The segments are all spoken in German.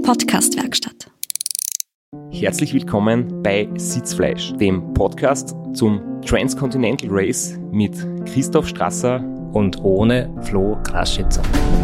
Podcast-Werkstatt. Herzlich willkommen bei Sitzfleisch, dem Podcast zum Transcontinental Race mit Christoph Strasser und ohne Flo Kraschitzer.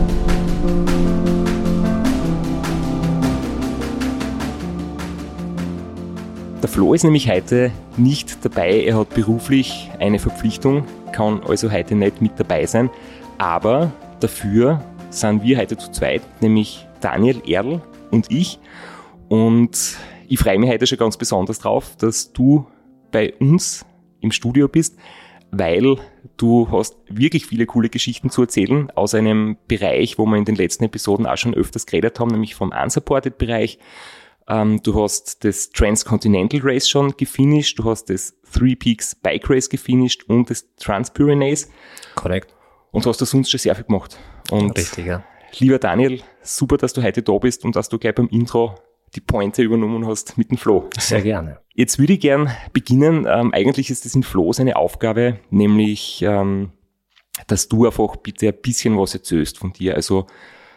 Der Flo ist nämlich heute nicht dabei, er hat beruflich eine Verpflichtung, kann also heute nicht mit dabei sein, aber dafür sind wir heute zu zweit, nämlich Daniel Erl und ich, und ich freue mich heute schon ganz besonders drauf, dass du bei uns im Studio bist, weil du hast wirklich viele coole Geschichten zu erzählen aus einem Bereich, wo wir in den letzten Episoden auch schon öfters geredet haben, nämlich vom Unsupported-Bereich. Du hast das Transcontinental Race schon gefinisht, du hast das Three Peaks Bike Race gefinisht und das Transpyrenees. Korrekt. Und du hast das sonst schon sehr viel gemacht. Und richtig, ja. Lieber Daniel, super, dass du heute da bist und dass du gleich beim Intro die Pointe übernommen hast mit dem Flo. Sehr gerne. Jetzt würde ich gern beginnen. Eigentlich ist das in Flo seine Aufgabe, nämlich, dass du einfach bitte ein bisschen was erzählst von dir. Also,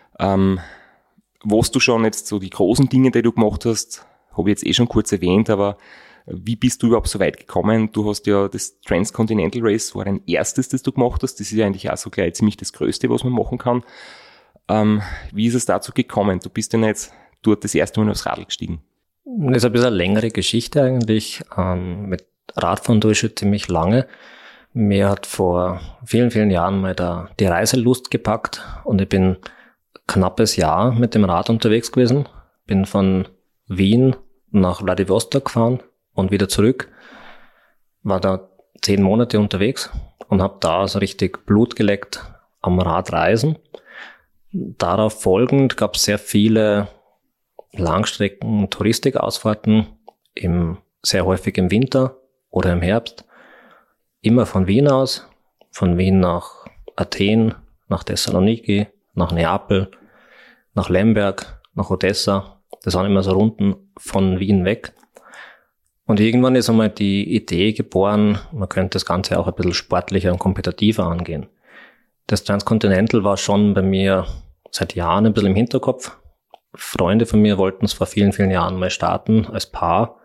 was du schon jetzt so die großen Dinge, die du gemacht hast, habe ich jetzt schon kurz erwähnt, aber wie bist du überhaupt so weit gekommen? Du hast ja das Transcontinental Race, war dein erstes, das du gemacht hast. Das ist ja eigentlich auch so gleich ziemlich das Größte, was man machen kann. Wie ist es dazu gekommen? Du bist ja jetzt dort das erste Mal aufs Radl gestiegen. Das ist ein bisschen eine längere Geschichte eigentlich. Mit Radfahren tue ich schon ziemlich lange. Mir hat vor vielen, vielen Jahren mal die Reiselust gepackt und ich bin knappes Jahr mit dem Rad unterwegs gewesen. Bin von Wien nach Wladiwostok gefahren und wieder zurück. War da 10 Monate unterwegs und habe da so richtig Blut geleckt am Radreisen. Darauf folgend gab es sehr viele Langstrecken, Touristikausfahrten, sehr häufig im Winter oder im Herbst. Immer von Wien aus, von Wien nach Athen, nach Thessaloniki, nach Neapel, nach Lemberg, nach Odessa. Das waren immer so Runden von Wien weg. Und irgendwann ist einmal die Idee geboren, man könnte das Ganze auch ein bisschen sportlicher und kompetitiver angehen. Das Transcontinental war schon bei mir seit Jahren ein bisschen im Hinterkopf. Freunde von mir wollten es vor vielen, vielen Jahren mal starten als Paar.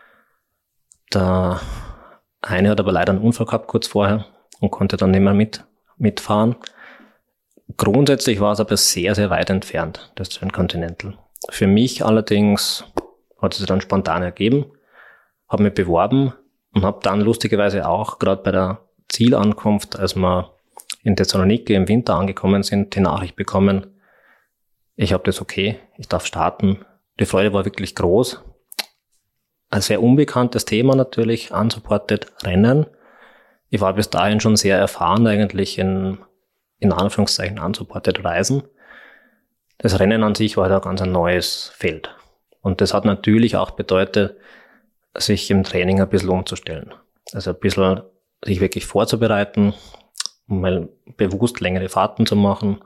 Der eine hat aber leider einen Unfall gehabt kurz vorher und konnte dann nicht mehr mitfahren. Grundsätzlich war es aber sehr, sehr weit entfernt, das Transcontinental. Für mich allerdings hat es sich dann spontan ergeben, habe mich beworben und habe dann lustigerweise auch gerade bei der Zielankunft, als wir in Thessaloniki im Winter angekommen sind, die Nachricht bekommen, ich habe das okay, ich darf starten. Die Freude war wirklich groß. Ein sehr unbekanntes Thema natürlich, unsupported Rennen. Ich war bis dahin schon sehr erfahren eigentlich in Anführungszeichen unsupported Reisen. Das Rennen an sich war da ganz ein neues Feld. Und das hat natürlich auch bedeutet, sich im Training ein bisschen umzustellen. Also ein bisschen sich wirklich vorzubereiten, um mal bewusst längere Fahrten zu machen.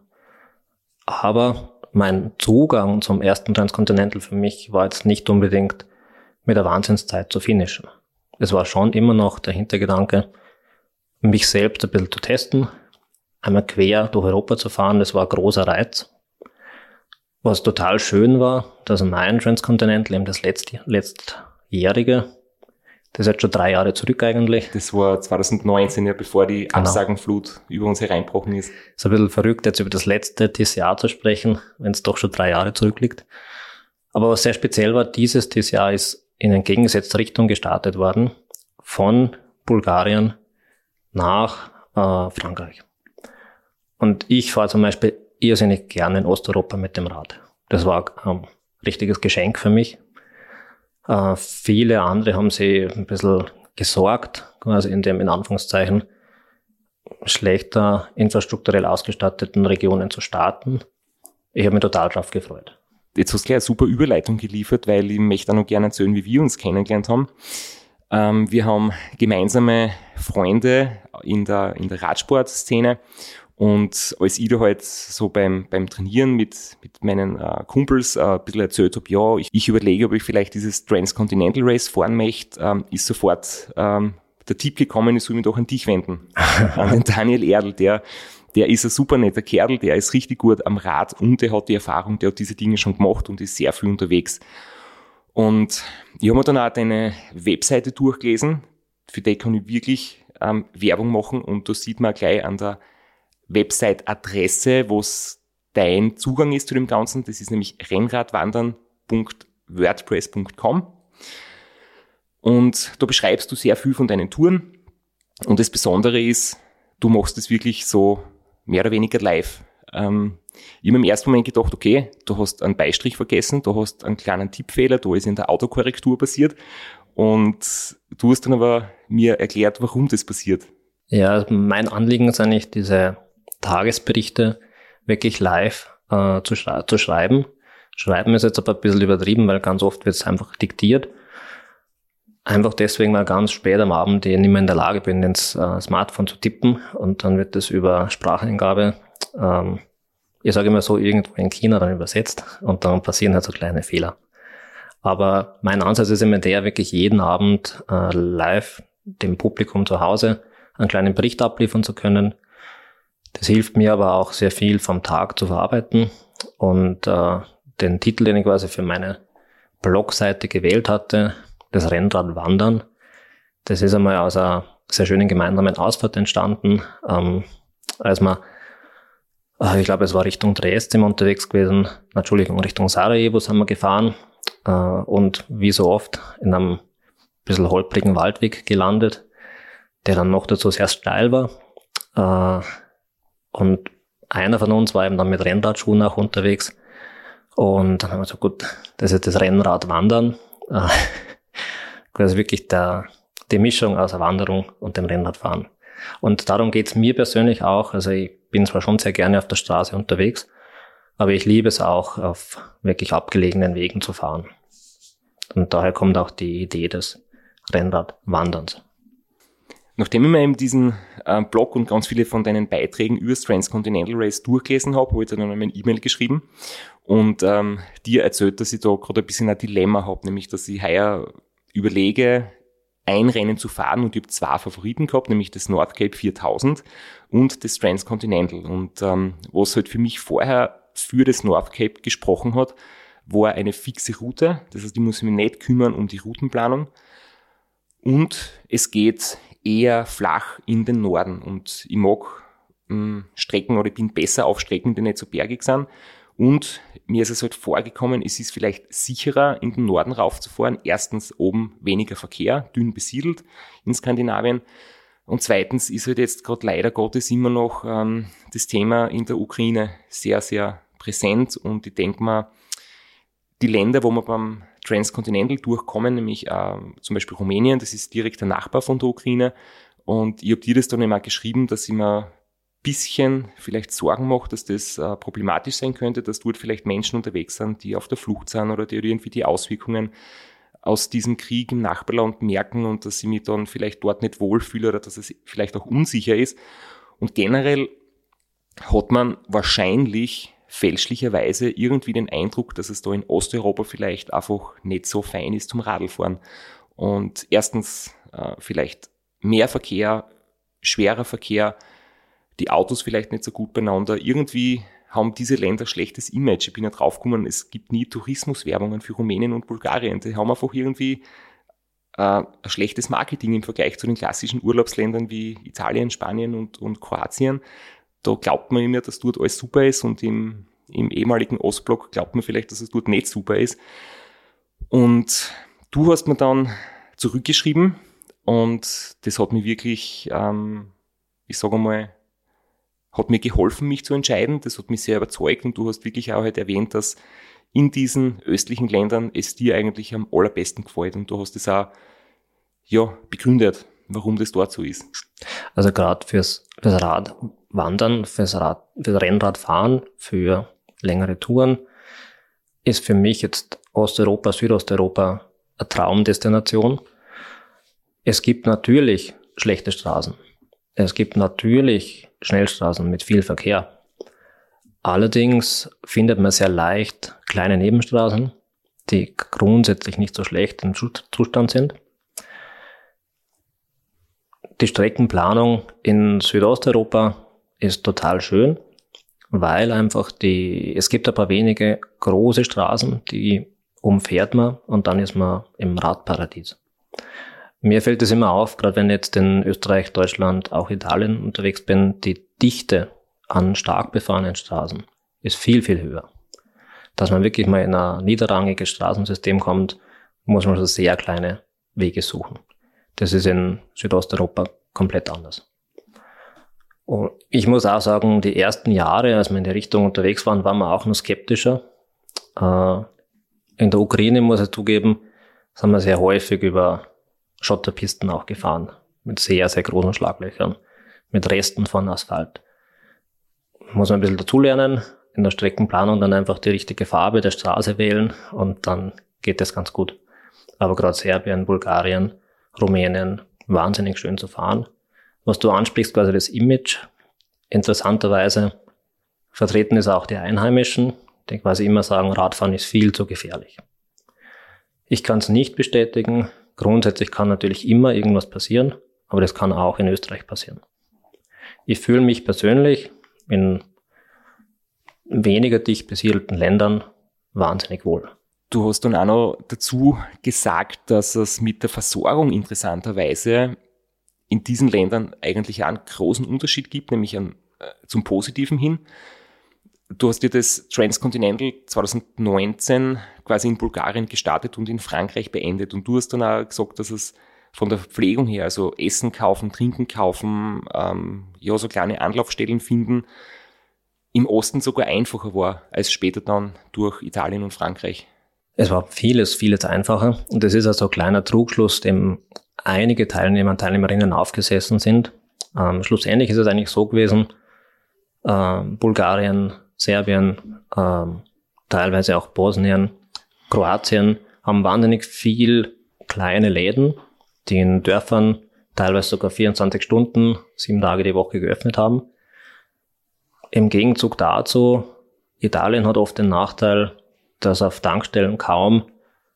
Aber mein Zugang zum ersten Transcontinental für mich war jetzt nicht unbedingt mit der Wahnsinnszeit zu finishen. Es war schon immer noch der Hintergedanke, mich selbst ein bisschen zu testen, einmal quer durch Europa zu fahren, das war ein großer Reiz. Was total schön war, dass mein Transcontinental, eben das letztjährige, das ist jetzt schon 3 Jahre zurück eigentlich. Das war 2019, ja, bevor die Absagenflut über uns hereinbrochen ist. Ist ein bisschen verrückt, jetzt über das letzte TCA zu sprechen, wenn es doch schon 3 Jahre zurückliegt. Aber was sehr speziell war, dieses TCA ist in entgegengesetzte Richtung gestartet worden, von Bulgarien nach Frankreich. Und ich fahre zum Beispiel irrsinnig gerne in Osteuropa mit dem Rad. Das war ein richtiges Geschenk für mich. Viele andere haben sich ein bisschen gesorgt, quasi in Anführungszeichen, schlechter infrastrukturell ausgestatteten Regionen zu starten. Ich habe mich total drauf gefreut. Jetzt hast du gleich eine super Überleitung geliefert, weil ich möchte auch noch gerne erzählen, wie wir uns kennengelernt haben. Wir haben gemeinsame Freunde in der Radsportszene. Und als ich da halt so beim Trainieren mit meinen Kumpels ein bisschen erzählt habe, ja, ich überlege, ob ich vielleicht dieses Transcontinental Race fahren möchte, ist sofort der Tipp gekommen, ich soll mich doch an dich wenden. An den Daniel Erl, der der ist ein super netter Kerl, der ist richtig gut am Rad und der hat die Erfahrung, der hat diese Dinge schon gemacht und ist sehr viel unterwegs. Und ich habe mir dann auch deine Webseite durchgelesen, für die kann ich wirklich Werbung machen und da sieht man gleich an der Website-Adresse, wo es dein Zugang ist zu dem Ganzen. Das ist nämlich rennradwandern.wordpress.com und da beschreibst du sehr viel von deinen Touren und das Besondere ist, du machst es wirklich so mehr oder weniger live. Ich habe im ersten Moment gedacht, okay, du hast einen Beistrich vergessen, du hast einen kleinen Tippfehler, da ist in der Autokorrektur passiert und du hast dann aber mir erklärt, warum das passiert. Ja, mein Anliegen ist eigentlich, diese Tagesberichte wirklich live zu schreiben. Schreiben ist jetzt aber ein bisschen übertrieben, weil ganz oft wird es einfach diktiert. Einfach deswegen, weil ganz spät am Abend ich nicht mehr in der Lage bin, ins Smartphone zu tippen und dann wird das über Spracheingabe, ich sage immer so, irgendwo in China dann übersetzt und dann passieren halt so kleine Fehler. Aber mein Ansatz ist immer der, wirklich jeden Abend live dem Publikum zu Hause einen kleinen Bericht abliefern zu können. Das hilft mir aber auch sehr viel vom Tag zu verarbeiten und den Titel, den ich quasi für meine Blogseite gewählt hatte, das Rennradwandern, das ist einmal aus einer sehr schönen gemeinsamen Ausfahrt entstanden, als man, ich glaube, es war Richtung Dresden unterwegs gewesen, Richtung Sarajevo sind wir gefahren und wie so oft in einem bisschen holprigen Waldweg gelandet, der dann noch dazu sehr steil war. Und einer von uns war eben dann mit Rennradschuhen auch unterwegs. Und dann haben wir gesagt, gut, das ist das Rennradwandern. Das ist wirklich die Mischung aus der Wanderung und dem Rennradfahren. Und darum geht's mir persönlich auch. Also ich bin zwar schon sehr gerne auf der Straße unterwegs, aber ich liebe es auch, auf wirklich abgelegenen Wegen zu fahren. Und daher kommt auch die Idee des Rennradwanderns. Nachdem ich mir eben diesen Blog und ganz viele von deinen Beiträgen über das Transcontinental Race durchgelesen habe ich dann einmal ein E-Mail geschrieben und dir erzählt, dass ich da gerade ein bisschen ein Dilemma habe, nämlich dass ich heuer überlege, ein Rennen zu fahren und ich habe 2 Favoriten gehabt, nämlich das North Cape 4000 und das Transcontinental. Und was halt für mich vorher für das North Cape gesprochen hat, war eine fixe Route. Das heißt, ich muss mich nicht kümmern um die Routenplanung. Und es geht eher flach in den Norden. Und ich mag Strecken oder ich bin besser auf Strecken, die nicht so bergig sind. Und mir ist es halt vorgekommen, es ist vielleicht sicherer, in den Norden raufzufahren. Erstens oben weniger Verkehr, dünn besiedelt in Skandinavien. Und zweitens ist halt jetzt gerade leider Gottes immer noch das Thema in der Ukraine sehr, sehr präsent. Und ich denke mal, die Länder, wo wir beim Transcontinental durchkommen, nämlich zum Beispiel Rumänien, das ist direkt der Nachbar von der Ukraine. Und ich habe dir das dann immer geschrieben, dass ich mir bisschen vielleicht Sorgen macht, dass das problematisch sein könnte, dass dort vielleicht Menschen unterwegs sind, die auf der Flucht sind oder die irgendwie die Auswirkungen aus diesem Krieg im Nachbarland merken und dass ich mich dann vielleicht dort nicht wohlfühle oder dass es vielleicht auch unsicher ist. Und generell hat man wahrscheinlich fälschlicherweise irgendwie den Eindruck, dass es da in Osteuropa vielleicht einfach nicht so fein ist zum Radlfahren. Und erstens vielleicht mehr Verkehr, schwerer Verkehr, die Autos vielleicht nicht so gut beieinander. Irgendwie haben diese Länder schlechtes Image. Ich bin ja draufgekommen, es gibt nie Tourismuswerbungen für Rumänien und Bulgarien. Die haben einfach irgendwie ein schlechtes Marketing im Vergleich zu den klassischen Urlaubsländern wie Italien, Spanien und Kroatien. Da glaubt man immer, dass dort alles super ist und im ehemaligen Ostblock glaubt man vielleicht, dass es dort nicht super ist. Und du hast mir dann zurückgeschrieben und das hat mich wirklich, ich sage einmal, hat mir geholfen, mich zu entscheiden. Das hat mich sehr überzeugt und du hast wirklich auch halt erwähnt, dass in diesen östlichen Ländern es dir eigentlich am allerbesten gefällt und du hast es auch begründet, warum das dort so ist. Also gerade fürs Radwandern, fürs Rennradfahren, für längere Touren ist für mich jetzt Osteuropa, Südosteuropa eine Traumdestination. Es gibt natürlich schlechte Straßen. Es gibt natürlich Schnellstraßen mit viel Verkehr. Allerdings findet man sehr leicht kleine Nebenstraßen, die grundsätzlich nicht so schlecht im Zustand sind. Die Streckenplanung in Südosteuropa ist total schön, weil einfach es gibt ein paar wenige große Straßen, die umfährt man und dann ist man im Radparadies. Mir fällt es immer auf, gerade wenn ich jetzt in Österreich, Deutschland, auch Italien unterwegs bin, die Dichte an stark befahrenen Straßen ist viel, viel höher. Dass man wirklich mal in ein niederrangiges Straßensystem kommt, muss man schon sehr kleine Wege suchen. Das ist in Südosteuropa komplett anders. Und ich muss auch sagen, die ersten Jahre, als wir in die Richtung unterwegs waren, waren wir auch noch skeptischer. In der Ukraine, muss ich zugeben, sind wir sehr häufig über Schotterpisten auch gefahren. Mit sehr, sehr großen Schlaglöchern. Mit Resten von Asphalt. Muss man ein bisschen dazulernen. In der Streckenplanung dann einfach die richtige Farbe der Straße wählen und dann geht das ganz gut. Aber gerade Serbien, Bulgarien, Rumänien, wahnsinnig schön zu fahren. Was du ansprichst, quasi das Image, interessanterweise vertreten ist auch die Einheimischen, die quasi immer sagen, Radfahren ist viel zu gefährlich. Ich kann es nicht bestätigen. Grundsätzlich kann natürlich immer irgendwas passieren, aber das kann auch in Österreich passieren. Ich fühle mich persönlich in weniger dicht besiedelten Ländern wahnsinnig wohl. Du hast dann auch noch dazu gesagt, dass es mit der Versorgung interessanterweise in diesen Ländern eigentlich einen großen Unterschied gibt, nämlich zum Positiven hin. Du hast dir das Transcontinental 2019 quasi in Bulgarien gestartet und in Frankreich beendet. Und du hast dann auch gesagt, dass es von der Verpflegung her, also Essen kaufen, Trinken kaufen, so kleine Anlaufstellen finden, im Osten sogar einfacher war als später dann durch Italien und Frankreich. Es war vieles einfacher. Und das ist also ein kleiner Trugschluss, dem einige Teilnehmer und Teilnehmerinnen aufgesessen sind. Schlussendlich ist es eigentlich so gewesen, Bulgarien, Serbien, teilweise auch Bosnien, Kroatien haben wahnsinnig viel kleine Läden, die in Dörfern teilweise sogar 24 Stunden, 7 Tage die Woche geöffnet haben. Im Gegenzug dazu, Italien hat oft den Nachteil, dass auf Tankstellen kaum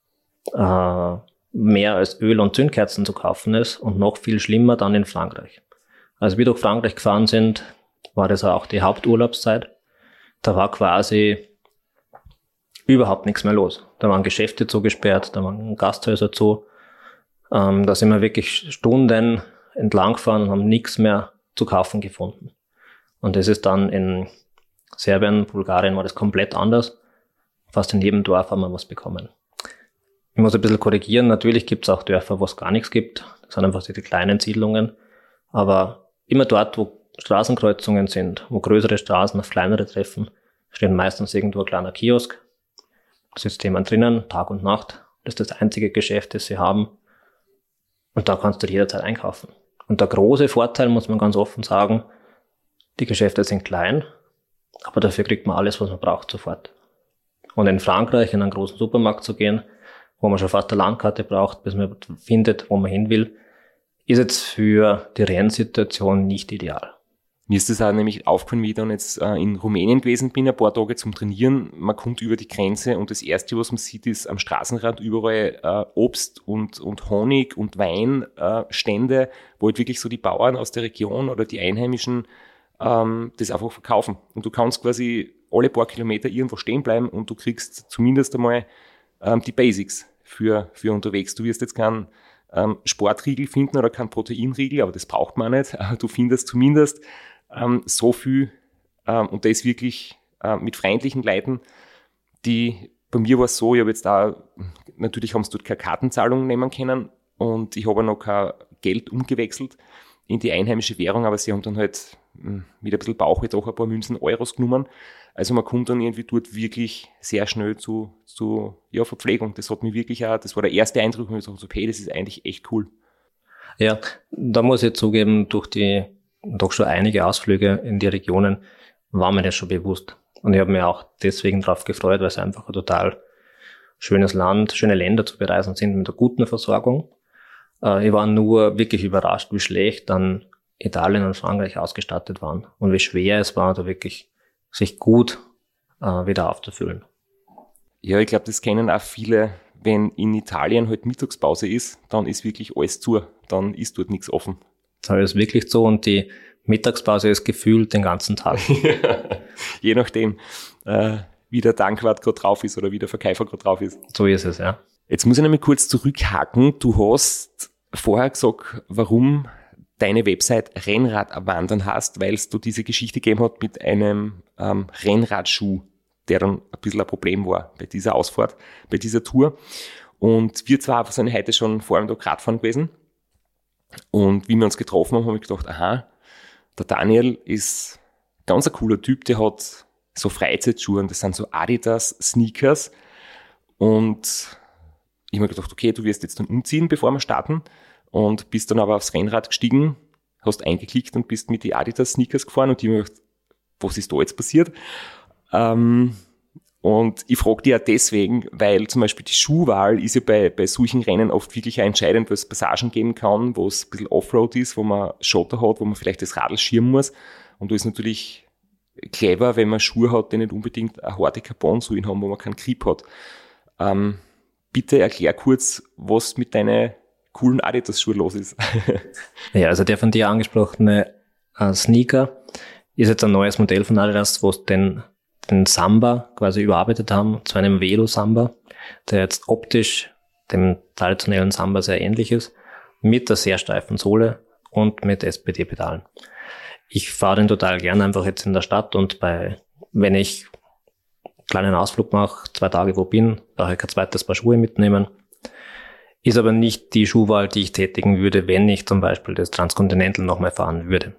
mehr als Öl und Zündkerzen zu kaufen ist und noch viel schlimmer dann in Frankreich. Als wir durch Frankreich gefahren sind, war das auch die Haupturlaubszeit. Da war quasi überhaupt nichts mehr los. Da waren Geschäfte zugesperrt, da waren Gasthäuser zu. Da sind wir wirklich Stunden entlang gefahren und haben nichts mehr zu kaufen gefunden. Und das ist dann in Serbien, Bulgarien war das komplett anders. Fast in jedem Dorf haben wir was bekommen. Ich muss ein bisschen korrigieren. Natürlich gibt es auch Dörfer, wo es gar nichts gibt. Das sind einfach die kleinen Siedlungen. Aber immer dort, wo Straßenkreuzungen sind, wo größere Straßen auf kleinere treffen, steht meistens irgendwo ein kleiner Kiosk. Da sitzt jemand drinnen, Tag und Nacht. Das ist das einzige Geschäft, das sie haben. Und da kannst du jederzeit einkaufen. Und der große Vorteil, muss man ganz offen sagen, die Geschäfte sind klein, aber dafür kriegt man alles, was man braucht, sofort. Und in Frankreich in einen großen Supermarkt zu gehen, wo man schon fast eine Landkarte braucht, bis man findet, wo man hin will, ist jetzt für die Rennsituation nicht ideal. Mir ist das auch nämlich aufgefallen, wie ich dann jetzt in Rumänien gewesen bin, ein paar Tage zum Trainieren. Man kommt über die Grenze und das Erste, was man sieht, ist am Straßenrand überall Obst und Honig und Weinstände, wo halt wirklich so die Bauern aus der Region oder die Einheimischen das einfach verkaufen. Und du kannst quasi alle paar Kilometer irgendwo stehen bleiben und du kriegst zumindest einmal die Basics für unterwegs. Du wirst jetzt keinen Sportriegel finden oder keinen Proteinriegel, aber das braucht man nicht. Du findest zumindest so viel und das wirklich mit freundlichen Leuten, die, bei mir war es so, ich habe jetzt da, natürlich haben sie dort keine Kartenzahlung nehmen können und ich habe noch kein Geld umgewechselt in die einheimische Währung, aber sie haben dann halt mit ein bisschen Bauch jetzt auch ein paar Münzen Euros genommen. Also man kommt dann irgendwie dort wirklich sehr schnell zu Verpflegung. Das hat mich wirklich auch, das war der erste Eindruck, wo ich gesagt habe, hey, das ist eigentlich echt cool. Ja, da muss ich zugeben, durch die doch schon einige Ausflüge in die Regionen war mir das schon bewusst. Und ich habe mich auch deswegen darauf gefreut, weil es einfach ein total schönes Land, schöne Länder zu bereisen sind mit einer guten Versorgung. Ich war nur wirklich überrascht, wie schlecht dann Italien und Frankreich ausgestattet waren und wie schwer es war, da wirklich sich gut wieder aufzufüllen. Ja, ich glaube, das kennen auch viele, wenn in Italien halt Mittagspause ist, dann ist wirklich alles zu, dann ist dort nichts offen. Da ist wirklich so und die Mittagspause ist gefühlt den ganzen Tag. Je nachdem, wie der Tankwart gerade drauf ist oder wie der Verkäufer gerade drauf ist. So ist es, ja. Jetzt muss ich nämlich kurz zurückhaken. Du hast vorher gesagt, warum deine Website Rennradwandern hast, weil du diese Geschichte gegeben hat mit einem Rennradschuh, der dann ein bisschen ein Problem war bei dieser Ausfahrt, bei dieser Tour. Und wir zwar sind heute schon vor allem da Radfahren gewesen. Und wie wir uns getroffen haben, habe ich gedacht, aha, der Daniel ist ganz ein cooler Typ, der hat so Freizeitschuhe und das sind so Adidas Sneakers. Und ich habe mir gedacht, okay, du wirst jetzt dann umziehen, bevor wir starten. Und bist dann aber aufs Rennrad gestiegen, hast eingeklickt und bist mit die Adidas Sneakers gefahren. Und ich habe mir gedacht, was ist da jetzt passiert? Und ich frage dich ja deswegen, weil zum Beispiel die Schuhwahl ist ja bei solchen Rennen oft wirklich auch entscheidend, weil es Passagen geben kann, wo es ein bisschen Offroad ist, wo man Schotter hat, wo man vielleicht das Radl schirmen muss. Und da ist natürlich clever, wenn man Schuhe hat, die nicht unbedingt eine harte Carbonsohlen haben, wo man keinen Grip hat. Bitte erklär kurz, was mit deinen coolen Adidas-Schuhen los ist. Ja, also der von dir angesprochene Sneaker ist jetzt ein neues Modell von Adidas, wo es den Samba quasi überarbeitet haben zu einem Velo Samba, der jetzt optisch dem traditionellen Samba sehr ähnlich ist, mit der sehr steifen Sohle und mit SPD-Pedalen. Ich fahre den total gerne einfach jetzt in der Stadt und wenn ich einen kleinen Ausflug mache, 2 Tage wo bin, brauche ich kein zweites Paar Schuhe mitnehmen. Ist aber nicht die Schuhwahl, die ich tätigen würde, wenn ich zum Beispiel das Transcontinental nochmal fahren würde.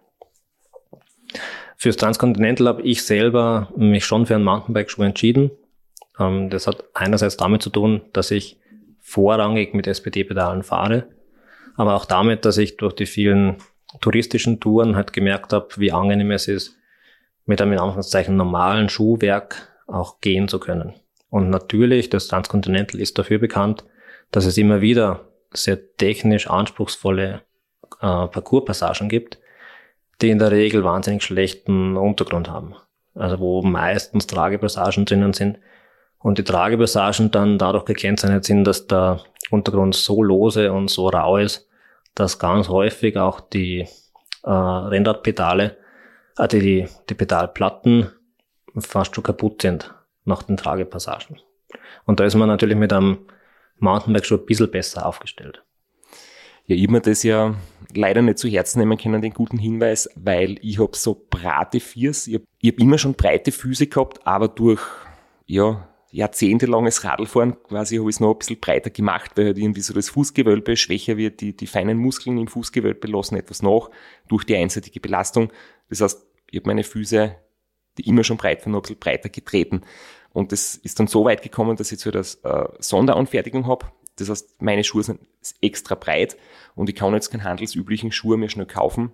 Fürs Transcontinental habe ich selber mich schon für einen Mountainbike-Schuh entschieden. Das hat einerseits damit zu tun, dass ich vorrangig mit SPD-Pedalen fahre, aber auch damit, dass ich durch die vielen touristischen Touren halt gemerkt habe, wie angenehm es ist, mit einem in Anführungszeichen normalen Schuhwerk auch gehen zu können. Und natürlich, das Transcontinental ist dafür bekannt, dass es immer wieder sehr technisch anspruchsvolle Parcours-Passagen gibt, die in der Regel wahnsinnig schlechten Untergrund haben. Also wo meistens Tragepassagen drinnen sind und die Tragepassagen dann dadurch gekennzeichnet sind, dass der Untergrund so lose und so rau ist, dass ganz häufig auch die Rennradpedale, die Pedalplatten fast schon kaputt sind nach den Tragepassagen. Und da ist man natürlich mit einem Mountainbike-Schuh ein bisschen besser aufgestellt. Ja, ich habe mir das ja leider nicht zu Herzen nehmen können, den guten Hinweis, weil ich habe so breite Füße. Ich hab immer schon breite Füße gehabt, aber durch jahrzehntelanges Radlfahren quasi habe ich es noch ein bisschen breiter gemacht, weil halt irgendwie so das Fußgewölbe schwächer wird, die feinen Muskeln im Fußgewölbe lassen etwas nach durch die einseitige Belastung. Das heißt, ich habe meine Füße, die immer schon breit waren, noch ein bisschen breiter getreten. Und das ist dann so weit gekommen, dass ich jetzt wieder eine Sonderanfertigung habe. Das heißt, meine Schuhe sind extra breit und ich kann jetzt keinen handelsüblichen Schuh mehr schnell kaufen.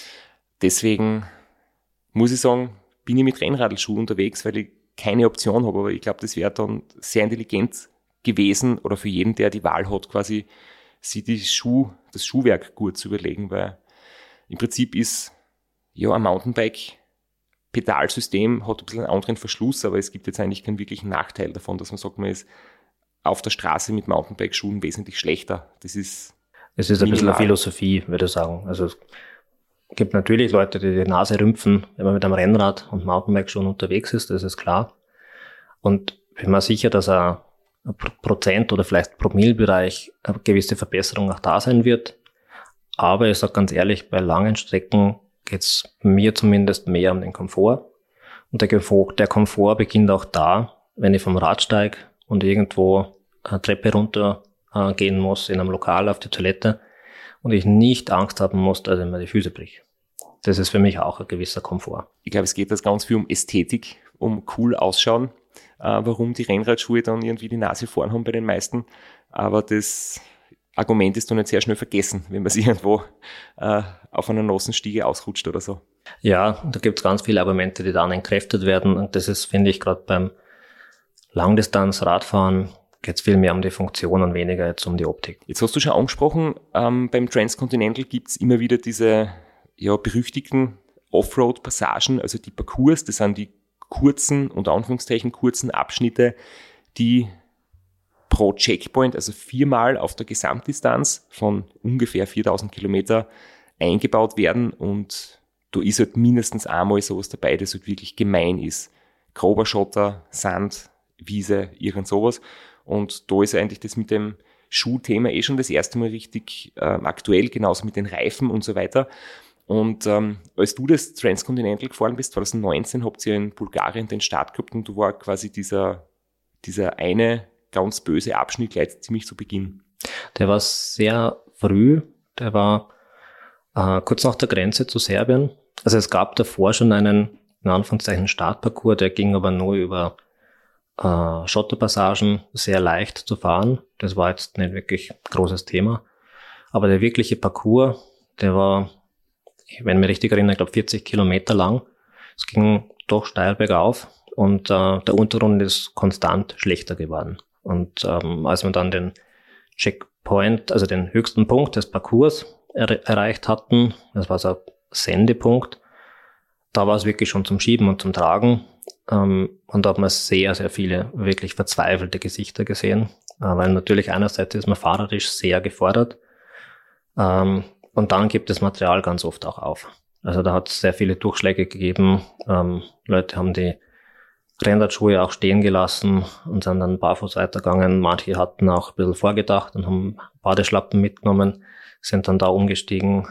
Deswegen muss ich sagen, bin ich mit Rennradelschuhen unterwegs, weil ich keine Option habe. Aber ich glaube, das wäre dann sehr intelligent gewesen oder für jeden, der die Wahl hat, quasi sich das Schuhwerk gut zu überlegen, weil im Prinzip ist ja ein Mountainbike-Pedalsystem hat ein bisschen einen anderen Verschluss, aber es gibt jetzt eigentlich keinen wirklichen Nachteil davon, dass man sagt, man ist auf der Straße mit Mountainbike-Schuhen wesentlich schlechter. Es ist ein bisschen eine Philosophie, würde ich sagen. Also es gibt natürlich Leute, die die Nase rümpfen, wenn man mit einem Rennrad und Mountainbike-Schuhen unterwegs ist, das ist klar. Und ich bin mir sicher, dass ein Prozent- oder vielleicht Promillebereich eine gewisse Verbesserung auch da sein wird. Aber ich sage ganz ehrlich, bei langen Strecken geht es mir zumindest mehr um den Komfort. Und der Komfort beginnt auch da, wenn ich vom Rad steige und irgendwo eine Treppe runter gehen muss, in einem Lokal auf die Toilette und ich nicht Angst haben muss, dass ich mir die Füße bricht. Das ist für mich auch ein gewisser Komfort. Ich glaube, es geht das ganz viel um Ästhetik, um cool ausschauen, warum die Rennradschuhe dann irgendwie die Nase vorn haben bei den meisten. Aber das Argument ist dann nicht sehr schnell vergessen, wenn man sich irgendwo auf einer nassen Stiege ausrutscht oder so. Ja, da gibt es ganz viele Argumente, die dann entkräftet werden. Und das ist, finde ich, gerade beim Langdistanz-Radfahren geht es viel mehr um die Funktion und weniger jetzt um die Optik. Jetzt hast du schon angesprochen, beim Transcontinental gibt es immer wieder diese berüchtigten Offroad-Passagen, also die Parcours, das sind die kurzen, unter Anführungszeichen kurzen Abschnitte, die pro Checkpoint, also 4-mal auf der Gesamtdistanz von ungefähr 4000 Kilometer eingebaut werden und da ist halt mindestens einmal sowas dabei, das halt wirklich gemein ist. Grober Schotter, Sand, Wiese, irgend sowas. Und da ist eigentlich das mit dem Schuhthema schon das erste Mal richtig aktuell, genauso mit den Reifen und so weiter. Und als du das Transcontinental gefahren bist, 2019, habt ihr in Bulgarien den Start gehabt und du war quasi dieser eine ganz böse Abschnitt gleich ziemlich zu Beginn. Der war sehr früh, der war kurz nach der Grenze zu Serbien. Also es gab davor schon einen, in Anführungszeichen, Startparcours, der ging aber nur über Schotterpassagen, sehr leicht zu fahren. Das war jetzt nicht wirklich großes Thema. Aber der wirkliche Parcours, der war, wenn ich mich richtig erinnere, ich glaube 40 Kilometer lang. Es ging doch steil bergauf und der Untergrund ist konstant schlechter geworden. Und als wir dann den Checkpoint, also den höchsten Punkt des Parcours erreicht hatten, das war so ein Sendepunkt, da war es wirklich schon zum Schieben und zum Tragen. Und da hat man sehr, sehr viele wirklich verzweifelte Gesichter gesehen, weil natürlich einerseits ist man fahrerisch sehr gefordert und dann gibt das Material ganz oft auch auf. Also da hat es sehr viele Durchschläge gegeben. Leute haben die Rennradschuhe auch stehen gelassen und sind dann barfuß weitergegangen. Manche hatten auch ein bisschen vorgedacht und haben Badeschlappen mitgenommen, sind dann da umgestiegen.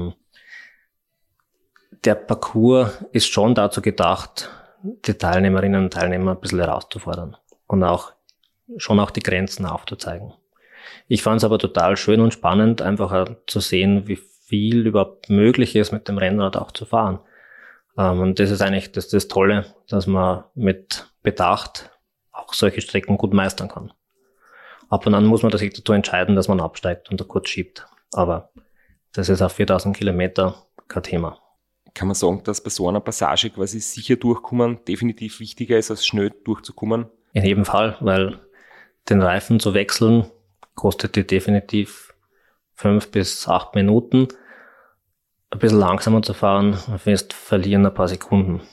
Der Parcours ist schon dazu gedacht, die Teilnehmerinnen und Teilnehmer ein bisschen herauszufordern und auch die Grenzen aufzuzeigen. Ich fand es aber total schön und spannend, einfach zu sehen, wie viel überhaupt möglich ist, mit dem Rennrad auch zu fahren. Und das ist eigentlich das Tolle, dass man mit Bedacht auch solche Strecken gut meistern kann. Ab und an muss man sich dazu entscheiden, dass man absteigt und da kurz schiebt. Aber das ist auf 4000 Kilometer kein Thema. Kann man sagen, dass bei so einer Passage quasi sicher durchkommen definitiv wichtiger ist, als schnell durchzukommen? In jedem Fall, weil den Reifen zu wechseln kostet dir definitiv 5 bis 8 Minuten. Ein bisschen langsamer zu fahren, wirst verlieren ein paar Sekunden.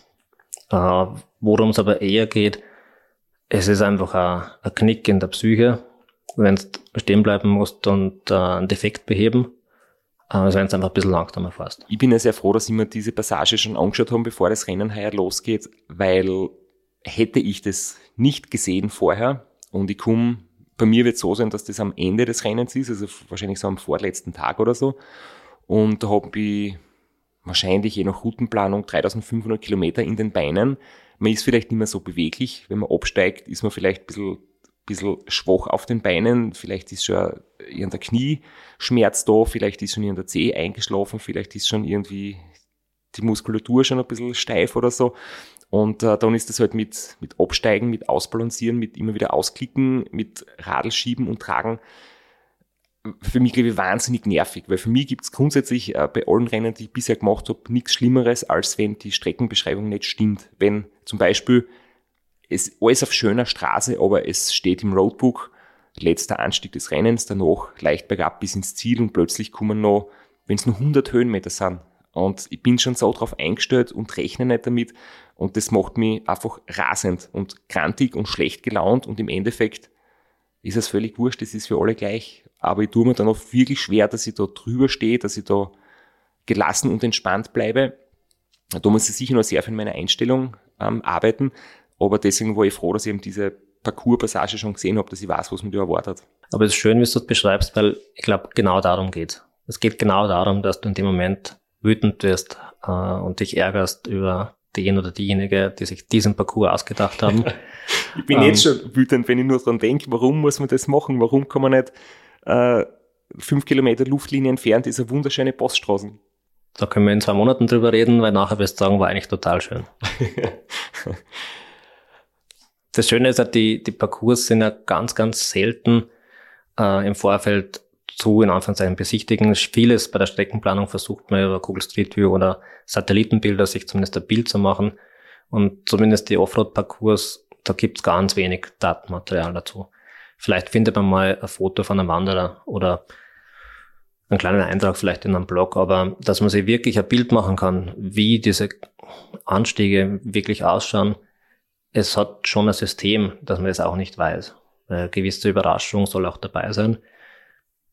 Worum es aber eher geht, es ist einfach ein Knick in der Psyche, wenn du stehen bleiben musst und einen Defekt beheben. Also wenn du einfach ein bisschen langsamer fährst. Ich bin ja sehr froh, dass ich mir diese Passage schon angeschaut habe, bevor das Rennen heuer losgeht, weil hätte ich das nicht gesehen vorher und bei mir wird es so sein, dass das am Ende des Rennens ist, also wahrscheinlich so am vorletzten Tag oder so. Und da habe ich wahrscheinlich je nach Routenplanung 3500 Kilometer in den Beinen. Man ist vielleicht nicht mehr so beweglich. Wenn man absteigt, ist man vielleicht ein bisschen schwach auf den Beinen. Vielleicht ist schon irgendein Knieschmerz da, vielleicht ist schon irgendein Zeh eingeschlafen, vielleicht ist schon irgendwie die Muskulatur schon ein bisschen steif oder so. Und dann ist das halt mit Absteigen, mit Ausbalancieren, mit immer wieder Ausklicken, mit Radlschieben und Tragen für mich, glaube ich, wahnsinnig nervig, weil für mich gibt es grundsätzlich bei allen Rennen, die ich bisher gemacht habe, nichts Schlimmeres, als wenn die Streckenbeschreibung nicht stimmt. Wenn zum Beispiel es alles auf schöner Straße, aber es steht im Roadbook, letzter Anstieg des Rennens, danach leicht bergab bis ins Ziel und plötzlich kommen noch, wenn es nur 100 Höhenmeter sind. Und ich bin schon so drauf eingestellt und rechne nicht damit und das macht mich einfach rasend und grantig und schlecht gelaunt und im Endeffekt ist es völlig wurscht, das ist für alle gleich. Aber ich tue mir dann auch wirklich schwer, dass ich da drüber stehe, dass ich da gelassen und entspannt bleibe. Da muss ich sicher noch sehr viel in meiner Einstellung arbeiten. Aber deswegen war ich froh, dass ich eben diese Parcours-Passage schon gesehen habe, dass ich weiß, was mich da erwartet. Aber es ist schön, wie du das beschreibst, weil ich glaube, genau darum geht. Es geht genau darum, dass du in dem Moment wütend wirst und dich ärgerst über den oder diejenige, die sich diesen Parcours ausgedacht haben. Ich bin jetzt schon wütend, wenn ich nur dran denke, warum muss man das machen? Warum kann man nicht 5 Kilometer Luftlinie entfernt ist eine wunderschöne Poststraße? Da können wir in 2 Monaten drüber reden, weil nachher wirst du sagen, war eigentlich total schön. Das Schöne ist ja, die Parcours sind ja ganz, ganz selten im Vorfeld zu, in Anführungszeichen, besichtigen. Vieles bei der Streckenplanung versucht man über Google Street View oder Satellitenbilder sich zumindest ein Bild zu machen. Und zumindest die Offroad-Parcours, da gibt's ganz wenig Datenmaterial dazu. Vielleicht findet man mal ein Foto von einem Wanderer oder einen kleinen Eintrag vielleicht in einem Blog, aber dass man sich wirklich ein Bild machen kann, wie diese Anstiege wirklich ausschauen, es hat schon ein System, dass man das auch nicht weiß. Eine gewisse Überraschung soll auch dabei sein.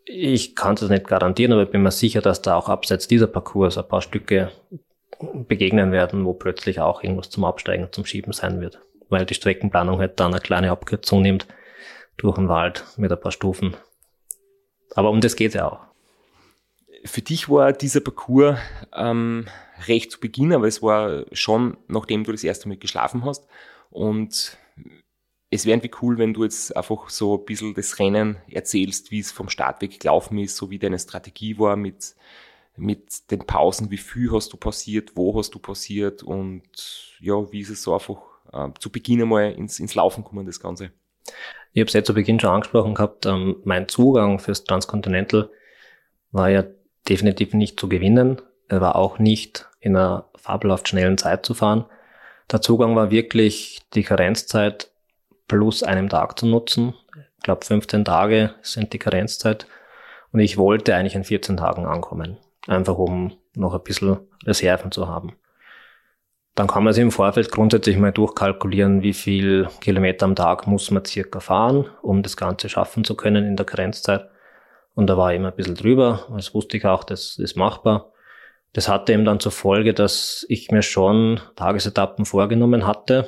Ich kann es nicht garantieren, aber ich bin mir sicher, dass da auch abseits dieser Parcours ein paar Stücke begegnen werden, wo plötzlich auch irgendwas zum Absteigen, zum Schieben sein wird. Weil die Streckenplanung halt dann eine kleine Abkürzung nimmt durch den Wald mit ein paar Stufen. Aber um das geht ja auch. Für dich war dieser Parcours recht zu Beginn, aber es war schon, nachdem du das erste Mal geschlafen hast. Und es wäre irgendwie cool, wenn du jetzt einfach so ein bisschen das Rennen erzählst, wie es vom Start weg gelaufen ist, so wie deine Strategie war mit den Pausen, wie viel hast du pausiert, wo hast du pausiert und ja, wie ist es so einfach zu Beginn einmal ins Laufen gekommen, das Ganze. Ich habe es ja zu Beginn schon angesprochen gehabt, mein Zugang fürs Transcontinental war ja definitiv nicht zu gewinnen. Er war auch nicht in einer fabelhaft schnellen Zeit zu fahren. Der Zugang war wirklich die Karenzzeit plus einem Tag zu nutzen. Ich glaube 15 Tage sind die Karenzzeit und ich wollte eigentlich in 14 Tagen ankommen, einfach um noch ein bisschen Reserven zu haben. Dann kann man sich im Vorfeld grundsätzlich mal durchkalkulieren, wie viel Kilometer am Tag muss man circa fahren, um das Ganze schaffen zu können in der Karenzzeit. Und da war ich immer ein bisschen drüber. Das wusste ich auch, das ist machbar. Das hatte eben dann zur Folge, dass ich mir schon Tagesetappen vorgenommen hatte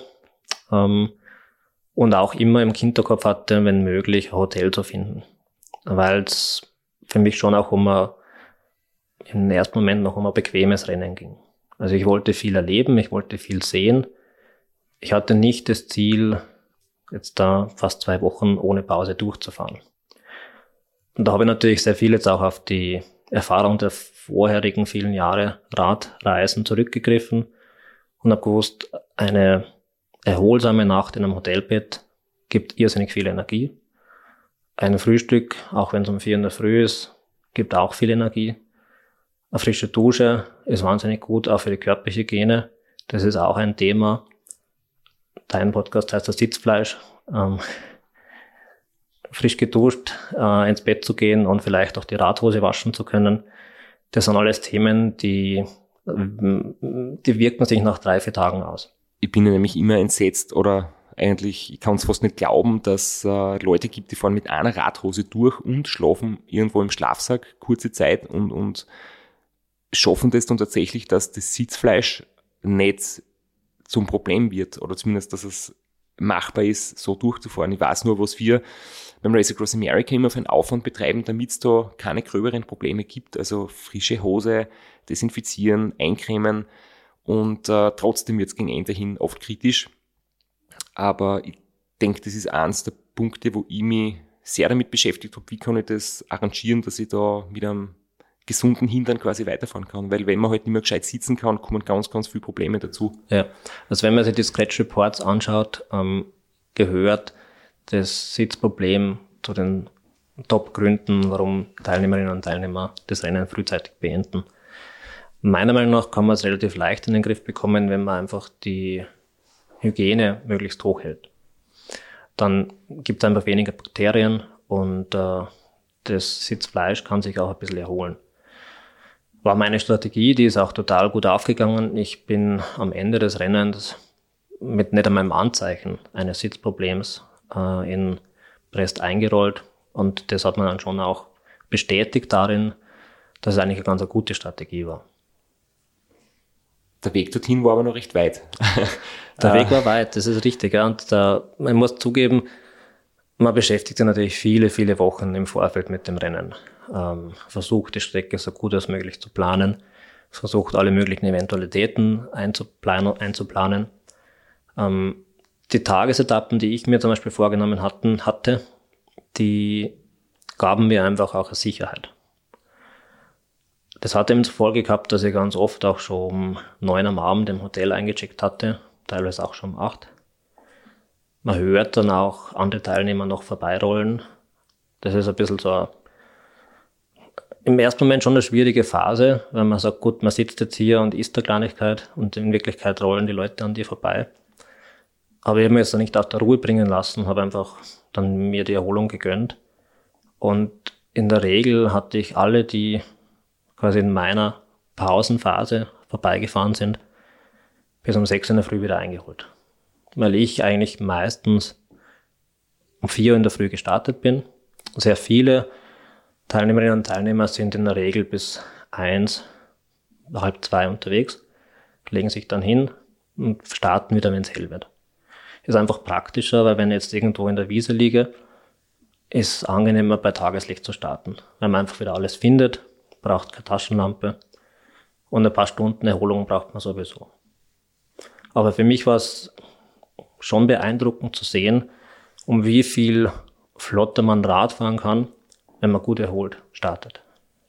und auch immer im Hinterkopf hatte, wenn möglich, ein Hotel zu finden. Weil es für mich schon auch im ersten Moment noch um ein bequemes Rennen ging. Also ich wollte viel erleben, ich wollte viel sehen. Ich hatte nicht das Ziel, jetzt da fast 2 Wochen ohne Pause durchzufahren. Und da habe ich natürlich sehr viel jetzt auch auf die Erfahrung der vorherigen vielen Jahre Radreisen zurückgegriffen und habe gewusst, eine erholsame Nacht in einem Hotelbett gibt irrsinnig viel Energie. Ein Frühstück, auch wenn es um 4 in der Früh ist, gibt auch viel Energie. Eine frische Dusche ist wahnsinnig gut, auch für die körperliche Hygiene. Das ist auch ein Thema. Dein Podcast heißt das Sitzfleisch. Frisch geduscht ins Bett zu gehen und vielleicht auch die Radhose waschen zu können. Das sind alles Themen, die wirken sich nach 3-4 Tagen aus. Ich bin ja nämlich immer entsetzt oder eigentlich, ich kann es fast nicht glauben, dass Leute gibt, die fahren mit einer Radhose durch und schlafen irgendwo im Schlafsack kurze Zeit und schaffen das dann tatsächlich, dass das Sitzfleisch nicht zum Problem wird oder zumindest, dass es machbar ist, so durchzufahren. Ich weiß nur, was wir beim Race Across America immer für einen Aufwand betreiben, damit es da keine gröberen Probleme gibt. Also frische Hose, desinfizieren, eincremen und trotzdem wird es gegen Ende hin oft kritisch. Aber ich denke, das ist eins der Punkte, wo ich mich sehr damit beschäftigt habe, wie kann ich das arrangieren, dass ich da mit einem gesunden Hintern quasi weiterfahren kann. Weil wenn man halt nicht mehr gescheit sitzen kann, kommen ganz, ganz viele Probleme dazu. Ja, also wenn man sich die Scratch Reports anschaut, gehört das Sitzproblem zu den Top-Gründen, warum Teilnehmerinnen und Teilnehmer das Rennen frühzeitig beenden. Meiner Meinung nach kann man es relativ leicht in den Griff bekommen, wenn man einfach die Hygiene möglichst hoch hält. Dann gibt es einfach weniger Bakterien und das Sitzfleisch kann sich auch ein bisschen erholen. War meine Strategie, die ist auch total gut aufgegangen. Ich bin am Ende des Rennens mit nicht einmal einem Anzeichen eines Sitzproblems in Brest eingerollt und das hat man dann schon auch bestätigt darin, dass es eigentlich eine ganz gute Strategie war. Der Weg dorthin war aber noch recht weit. Der Weg war weit, das ist richtig. Ja. Und man muss zugeben, man beschäftigt sich natürlich viele, viele Wochen im Vorfeld mit dem Rennen. Versucht die Strecke so gut als möglich zu planen, versucht alle möglichen Eventualitäten einzuplanen. Die Tagesetappen, die ich mir zum Beispiel vorgenommen hatte, die gaben mir einfach auch eine Sicherheit. Das hat eben zur Folge gehabt, dass ich ganz oft auch schon um 9 am Abend im Hotel eingecheckt hatte, teilweise auch schon um 8. Man hört dann auch andere Teilnehmer noch vorbeirollen. Das ist ein bisschen so im ersten Moment schon eine schwierige Phase, weil man sagt, gut, man sitzt jetzt hier und isst eine Kleinigkeit und in Wirklichkeit rollen die Leute an dir vorbei. Aber ich habe mir jetzt nicht aus der Ruhe bringen lassen, habe einfach dann mir die Erholung gegönnt. Und in der Regel hatte ich alle, die quasi in meiner Pausenphase vorbeigefahren sind, bis um 6 in der Früh wieder eingeholt. Weil ich eigentlich meistens um 4 in der Früh gestartet bin. Sehr viele Teilnehmerinnen und Teilnehmer sind in der Regel bis 1, halb 2 unterwegs, legen sich dann hin und starten wieder, wenn es hell wird. Ist einfach praktischer, weil wenn ich jetzt irgendwo in der Wiese liege, ist es angenehmer, bei Tageslicht zu starten, weil man einfach wieder alles findet, braucht keine Taschenlampe und ein paar Stunden Erholung braucht man sowieso. Aber für mich war es schon beeindruckend zu sehen, um wie viel flotter man Rad fahren kann, wenn man gut erholt startet.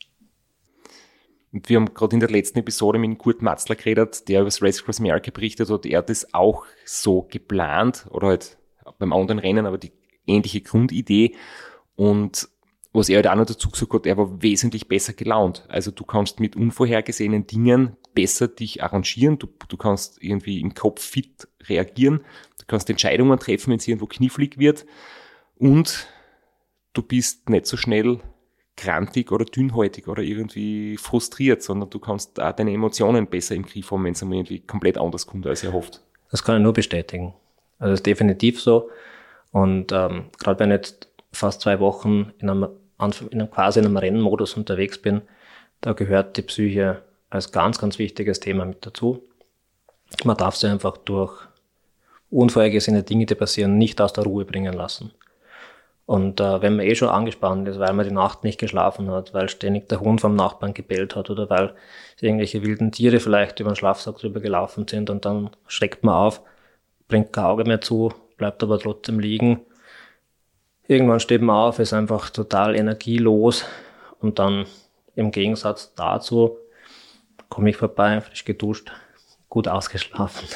Und wir haben gerade in der letzten Episode mit Kurt Matzler geredet, der über das Race Across America berichtet hat. Er hat das auch so geplant oder halt beim anderen Rennen, aber die ähnliche Grundidee. Und was er halt auch noch dazu gesagt hat, er war wesentlich besser gelaunt. Also du kannst mit unvorhergesehenen Dingen besser dich arrangieren. Du kannst irgendwie im Kopf fit reagieren. Du kannst Entscheidungen treffen, wenn es irgendwo knifflig wird. Und du bist nicht so schnell grantig oder dünnhäutig oder irgendwie frustriert, sondern du kannst auch deine Emotionen besser im Griff haben, wenn es einmal irgendwie komplett anders kommt, als erhofft. Das kann ich nur bestätigen. Also das ist definitiv so. Und gerade wenn ich jetzt fast 2 Wochen quasi in einem Rennmodus unterwegs bin, da gehört die Psyche als ganz, ganz wichtiges Thema mit dazu. Man darf sie einfach durch unvorhergesehene Dinge, die passieren, nicht aus der Ruhe bringen lassen. Und wenn man schon angespannt ist, weil man die Nacht nicht geschlafen hat, weil ständig der Hund vom Nachbarn gebellt hat oder weil irgendwelche wilden Tiere vielleicht über den Schlafsack drüber gelaufen sind und dann schreckt man auf, bringt kein Auge mehr zu, bleibt aber trotzdem liegen. Irgendwann steht man auf, ist einfach total energielos und dann im Gegensatz dazu komme ich vorbei, frisch geduscht, gut ausgeschlafen.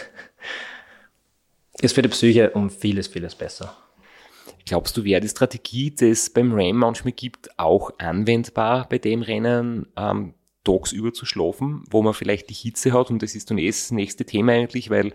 Ist für die Psyche um vieles, vieles besser. Glaubst du, wäre die Strategie, die es beim Ram manchmal gibt, auch anwendbar bei dem Rennen, tagsüber zu schlafen, wo man vielleicht die Hitze hat? Und das ist dann das nächste Thema eigentlich, weil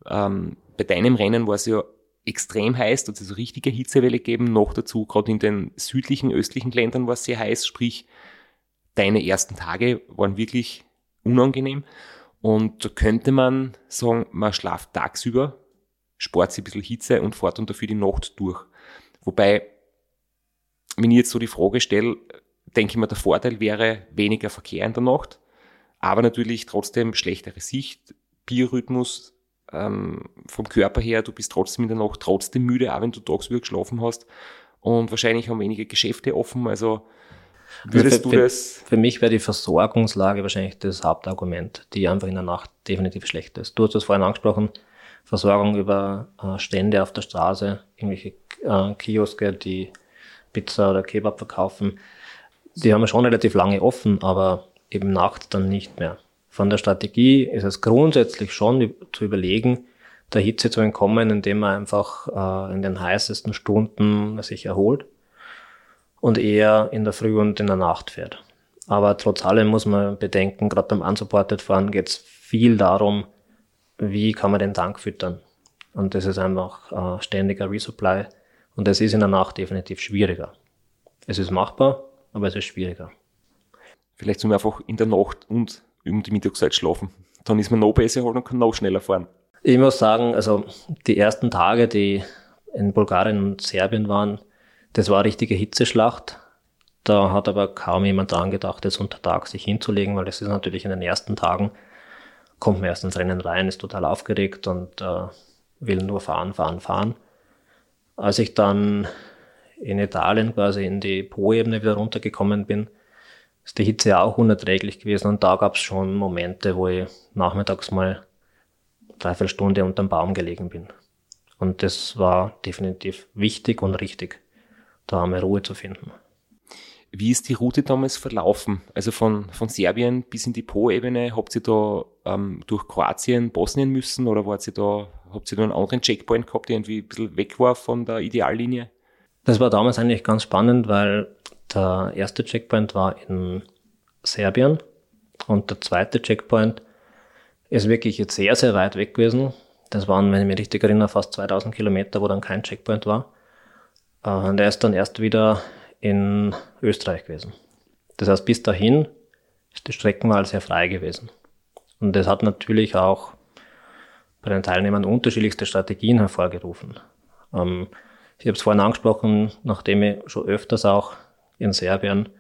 bei deinem Rennen war es ja extrem heiß, da hat es so richtige Hitzewelle gegeben. Noch dazu, gerade in den südlichen, östlichen Ländern war es sehr heiß, sprich, deine ersten Tage waren wirklich unangenehm. Und da könnte man sagen, man schlaft tagsüber, spart sich ein bisschen Hitze und fährt dann dafür die Nacht durch. Wobei, wenn ich jetzt so die Frage stelle, denke ich mir, der Vorteil wäre weniger Verkehr in der Nacht, aber natürlich trotzdem schlechtere Sicht, Biorhythmus vom Körper her, du bist trotzdem in der Nacht trotzdem müde, auch wenn du tagsüber geschlafen hast und wahrscheinlich haben wenige Geschäfte offen, also würdest du das... Für mich wäre die Versorgungslage wahrscheinlich das Hauptargument, die einfach in der Nacht definitiv schlecht ist. Du hast das vorhin angesprochen, Versorgung über Stände auf der Straße, irgendwelche Kioske, die Pizza oder Kebab verkaufen, die haben schon relativ lange offen, aber eben nachts dann nicht mehr. Von der Strategie ist es grundsätzlich schon zu überlegen, der Hitze zu entkommen, indem man einfach in den heißesten Stunden sich erholt und eher in der Früh und in der Nacht fährt. Aber trotz allem muss man bedenken, gerade beim Unsupported Fahren geht es viel darum, wie kann man den Tank füttern. Und das ist einfach ständiger Resupply. Und das ist in der Nacht definitiv schwieriger. Es ist machbar, aber es ist schwieriger. Vielleicht sollen wir einfach in der Nacht und um die Mittagszeit schlafen. Dann ist man noch besser und kann noch schneller fahren. Ich muss sagen, also die ersten Tage, die in Bulgarien und Serbien waren, das war eine richtige Hitzeschlacht. Da hat aber kaum jemand daran gedacht, jetzt unter Tag sich hinzulegen, weil das ist natürlich in den ersten Tagen, kommt man erst ins Rennen rein, ist total aufgeregt und will nur fahren. Als ich dann in Italien quasi in die Po-Ebene wieder runtergekommen bin, ist die Hitze auch unerträglich gewesen und da gab es schon Momente, wo ich nachmittags mal 3/4 Stunde unterm Baum gelegen bin. Und das war definitiv wichtig und richtig, da einmal Ruhe zu finden. Wie ist die Route damals verlaufen? Also von Serbien bis in die Po-Ebene, habt ihr da durch Kroatien, Bosnien müssen oder habt ihr da einen anderen Checkpoint gehabt, der irgendwie ein bisschen weg war von der Ideallinie? Das war damals eigentlich ganz spannend, weil der erste Checkpoint war in Serbien und der zweite Checkpoint ist wirklich jetzt sehr, sehr weit weg gewesen. Das waren, wenn ich mich richtig erinnere, fast 2000 Kilometer, wo dann kein Checkpoint war. Und der ist dann erst wieder in Österreich gewesen. Das heißt, bis dahin ist die Streckenwahl sehr frei gewesen. Und das hat natürlich auch bei den Teilnehmern unterschiedlichste Strategien hervorgerufen. Ich habe es vorhin angesprochen, nachdem ich schon öfters auch in Serbien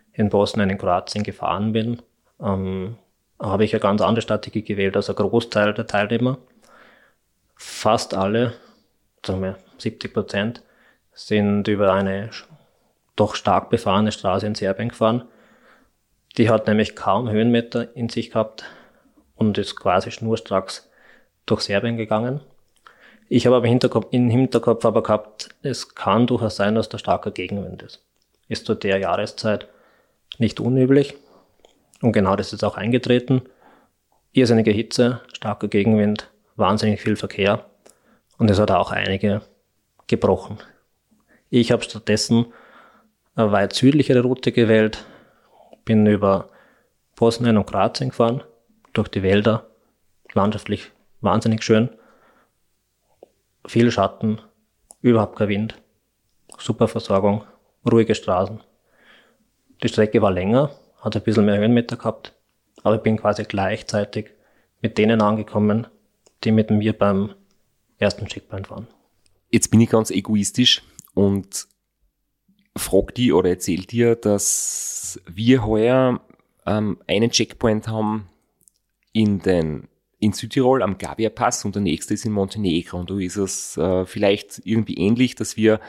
in Bosnien, in Kroatien gefahren bin, habe ich eine ganz andere Strategie gewählt als ein Großteil der Teilnehmer. Fast alle, sagen wir 70%, sind über eine doch stark befahrene Straße in Serbien gefahren. Die hat nämlich kaum Höhenmeter in sich gehabt und ist quasi schnurstracks durch Serbien gegangen. Ich habe aber im Hinterkopf aber gehabt, es kann durchaus sein, dass da starker Gegenwind ist. Ist zu der Jahreszeit nicht unüblich. Und genau das ist auch eingetreten. Irrsinnige Hitze, starker Gegenwind, wahnsinnig viel Verkehr. Und es hat auch einige gebrochen. Ich habe stattdessen eine weit südlichere Route gewählt, bin über Bosnien und Kroatien gefahren, durch die Wälder, landschaftlich wahnsinnig schön, viel Schatten, überhaupt kein Wind, super Versorgung, ruhige Straßen. Die Strecke war länger, hat ein bisschen mehr Höhenmeter gehabt, aber ich bin quasi gleichzeitig mit denen angekommen, die mit mir beim ersten Checkpoint waren. Jetzt bin ich ganz egoistisch und frag die oder erzähl dir, dass wir heuer einen Checkpoint haben in Südtirol am Gavia-Pass und der nächste ist in Montenegro. Und da ist es vielleicht irgendwie ähnlich, dass wir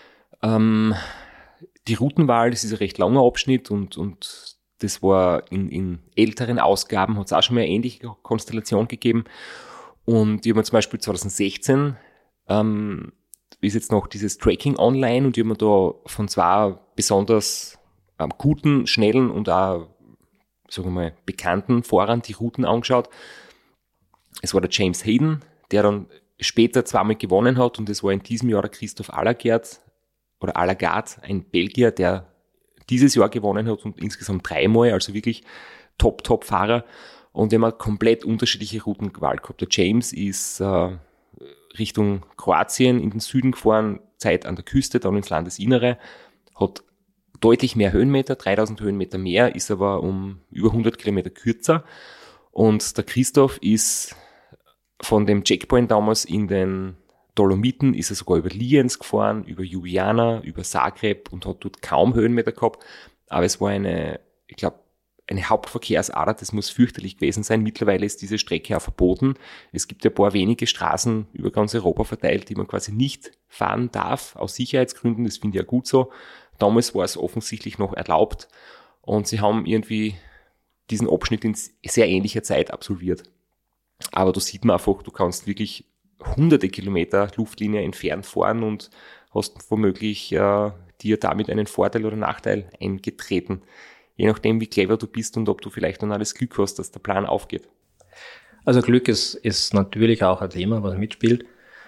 die Routenwahl, das ist ein recht langer Abschnitt und das war in älteren Ausgaben, hat es auch schon mal eine ähnliche Konstellation gegeben. Und ich habe mir zum Beispiel 2016 ist jetzt noch dieses Tracking online und ich habe mir da von zwei besonders guten, schnellen und auch, sagen wir mal, bekannten Fahrern die Routen angeschaut. Es war der James Hayden, der dann später zweimal gewonnen hat und es war in diesem Jahr der Christoph Allergaard, ein Belgier, der dieses Jahr gewonnen hat und insgesamt 3-mal, also wirklich Top-Fahrer. Und wir haben komplett unterschiedliche Routen gewählt gehabt. Der James ist Richtung Kroatien in den Süden gefahren, Zeit an der Küste, dann ins Landesinnere, hat deutlich mehr Höhenmeter, 3000 Höhenmeter mehr, ist aber um über 100 Kilometer kürzer. Und der Christoph ist von dem Checkpoint damals in den Dolomiten, ist er sogar über Lienz gefahren, über Ljubljana, über Zagreb und hat dort kaum Höhenmeter gehabt. Aber es war eine Hauptverkehrsader, das muss fürchterlich gewesen sein. Mittlerweile ist diese Strecke auch verboten. Es gibt ja ein paar wenige Straßen über ganz Europa verteilt, die man quasi nicht fahren darf, aus Sicherheitsgründen. Das finde ich ja gut so. Damals war es offensichtlich noch erlaubt und sie haben irgendwie diesen Abschnitt in sehr ähnlicher Zeit absolviert. Aber da sieht man einfach, du kannst wirklich hunderte Kilometer Luftlinie entfernt fahren und hast womöglich dir damit einen Vorteil oder Nachteil eingetreten. Je nachdem, wie clever du bist und ob du vielleicht dann alles Glück hast, dass der Plan aufgeht. Also Glück ist natürlich auch ein Thema, was mitspielt.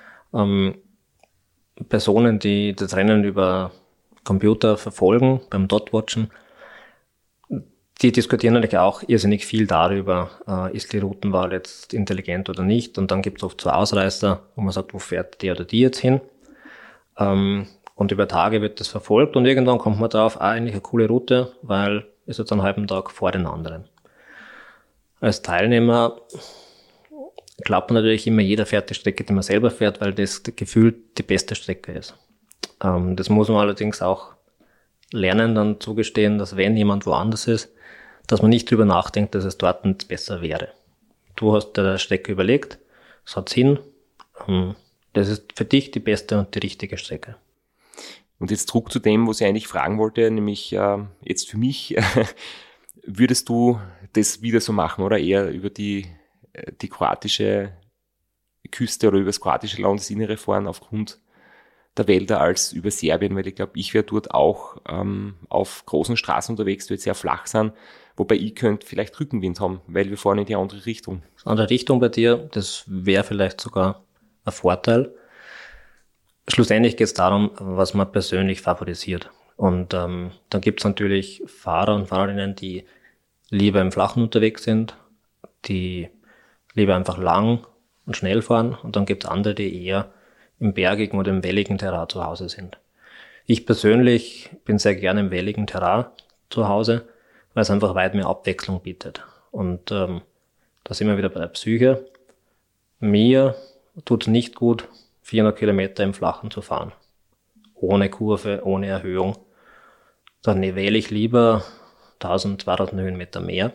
Personen, die das Rennen über Computer verfolgen, beim Dot-Watchen, die diskutieren natürlich auch irrsinnig viel darüber, ist die Routenwahl jetzt intelligent oder nicht. Und dann gibt es oft so Ausreißer, wo man sagt, wo fährt der oder die jetzt hin? Und über Tage wird das verfolgt und irgendwann kommt man drauf, eigentlich eine coole Route, weil ist jetzt einen halben Tag vor den anderen. Als Teilnehmer glaubt man natürlich immer, jeder fährt die Strecke, die man selber fährt, weil das gefühlt die beste Strecke ist. Das muss man allerdings auch lernen, dann zugestehen, dass wenn jemand woanders ist, dass man nicht drüber nachdenkt, dass es dort nicht besser wäre. Du hast der Strecke überlegt, es hat Sinn, das ist für dich die beste und die richtige Strecke. Und jetzt zurück zu dem, was ich eigentlich fragen wollte, nämlich jetzt für mich, würdest du das wieder so machen oder eher über die kroatische Küste oder über das kroatische Landesinnere fahren aufgrund der Wälder als über Serbien, weil ich glaube, ich wäre dort auch auf großen Straßen unterwegs, die jetzt sehr flach sind, wobei ich könnte vielleicht Rückenwind haben, weil wir fahren in die andere Richtung. Andere Richtung bei dir, das wäre vielleicht sogar ein Vorteil. Schlussendlich geht es darum, was man persönlich favorisiert. Und dann gibt es natürlich Fahrer und Fahrerinnen, die lieber im Flachen unterwegs sind, die lieber einfach lang und schnell fahren. Und dann gibt es andere, die eher im bergigen oder im welligen Terrain zu Hause sind. Ich persönlich bin sehr gerne im welligen Terrain zu Hause, weil es einfach weit mehr Abwechslung bietet. Und da sind wir wieder bei der Psyche. Mir tut es nicht gut, 400 Kilometer im Flachen zu fahren. Ohne Kurve, ohne Erhöhung. Dann wähle ich lieber 1000, 2000 Höhenmeter mehr.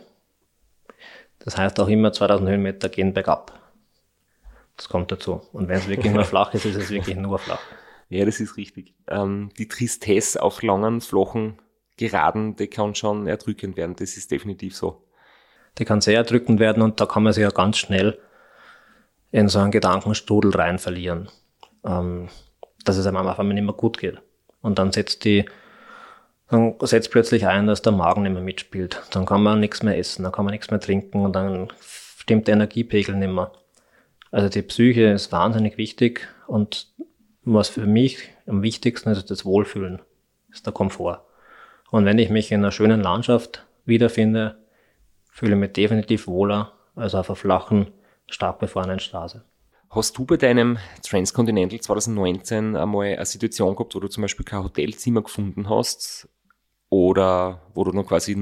Das heißt auch immer 2000 Höhenmeter gehen bergab. Das kommt dazu. Und wenn es wirklich nur flach ist, ist es wirklich nur flach. Ja, das ist richtig. Die Tristesse auf langen, flachen Geraden, die kann schon erdrückend werden. Das ist definitiv so. Die kann sehr erdrückend werden und da kann man sich ja ganz schnell in so einen Gedankenstrudel rein verlieren, dass es einem einfach nicht mehr gut geht. Und dann setzt plötzlich ein, dass der Magen nicht mehr mitspielt. Dann kann man nichts mehr essen, dann kann man nichts mehr trinken und dann stimmt der Energiepegel nicht mehr. Also die Psyche ist wahnsinnig wichtig und was für mich am wichtigsten ist, das Wohlfühlen, ist der Komfort. Und wenn ich mich in einer schönen Landschaft wiederfinde, fühle ich mich definitiv wohler als auf einer flachen, stark befahrenen Straße. Hast du bei deinem Transcontinental 2019 einmal eine Situation gehabt, wo du zum Beispiel kein Hotelzimmer gefunden hast oder wo du noch quasi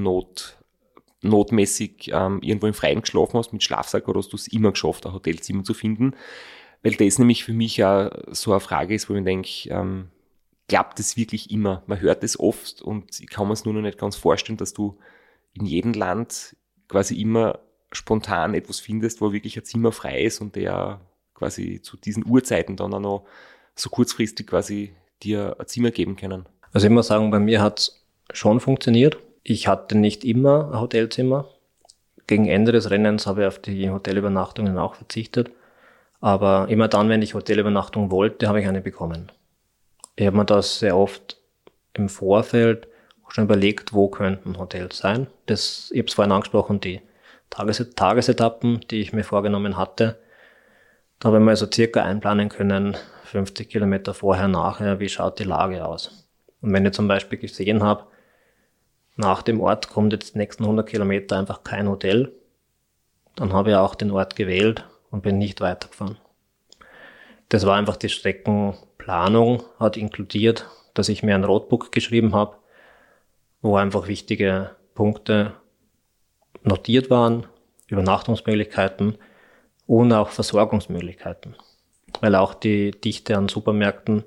notmäßig irgendwo im Freien geschlafen hast mit Schlafsack, oder hast du es immer geschafft, ein Hotelzimmer zu finden? Weil das nämlich für mich ja so eine Frage ist, wo ich denke, klappt das wirklich immer? Man hört das oft und ich kann mir es nur noch nicht ganz vorstellen, dass du in jedem Land quasi immer spontan etwas findest, wo wirklich ein Zimmer frei ist und der quasi zu diesen Uhrzeiten dann auch noch so kurzfristig quasi dir ein Zimmer geben können. Also ich muss sagen, bei mir hat es schon funktioniert. Ich hatte nicht immer ein Hotelzimmer. Gegen Ende des Rennens habe ich auf die Hotelübernachtungen auch verzichtet. Aber immer dann, wenn ich Hotelübernachtung wollte, habe ich eine bekommen. Ich habe mir das sehr oft im Vorfeld schon überlegt, wo könnten Hotels sein. Ich habe es vorhin angesprochen, die Tagesetappen, die ich mir vorgenommen hatte. Da habe ich mal so circa einplanen können, 50 Kilometer vorher, nachher, wie schaut die Lage aus. Und wenn ich zum Beispiel gesehen habe, nach dem Ort kommt jetzt die nächsten 100 Kilometer einfach kein Hotel, dann habe ich auch den Ort gewählt und bin nicht weitergefahren. Das war einfach die Streckenplanung, hat inkludiert, dass ich mir ein Roadbook geschrieben habe, wo einfach wichtige Punkte notiert waren, Übernachtungsmöglichkeiten und auch Versorgungsmöglichkeiten. Weil auch die Dichte an Supermärkten,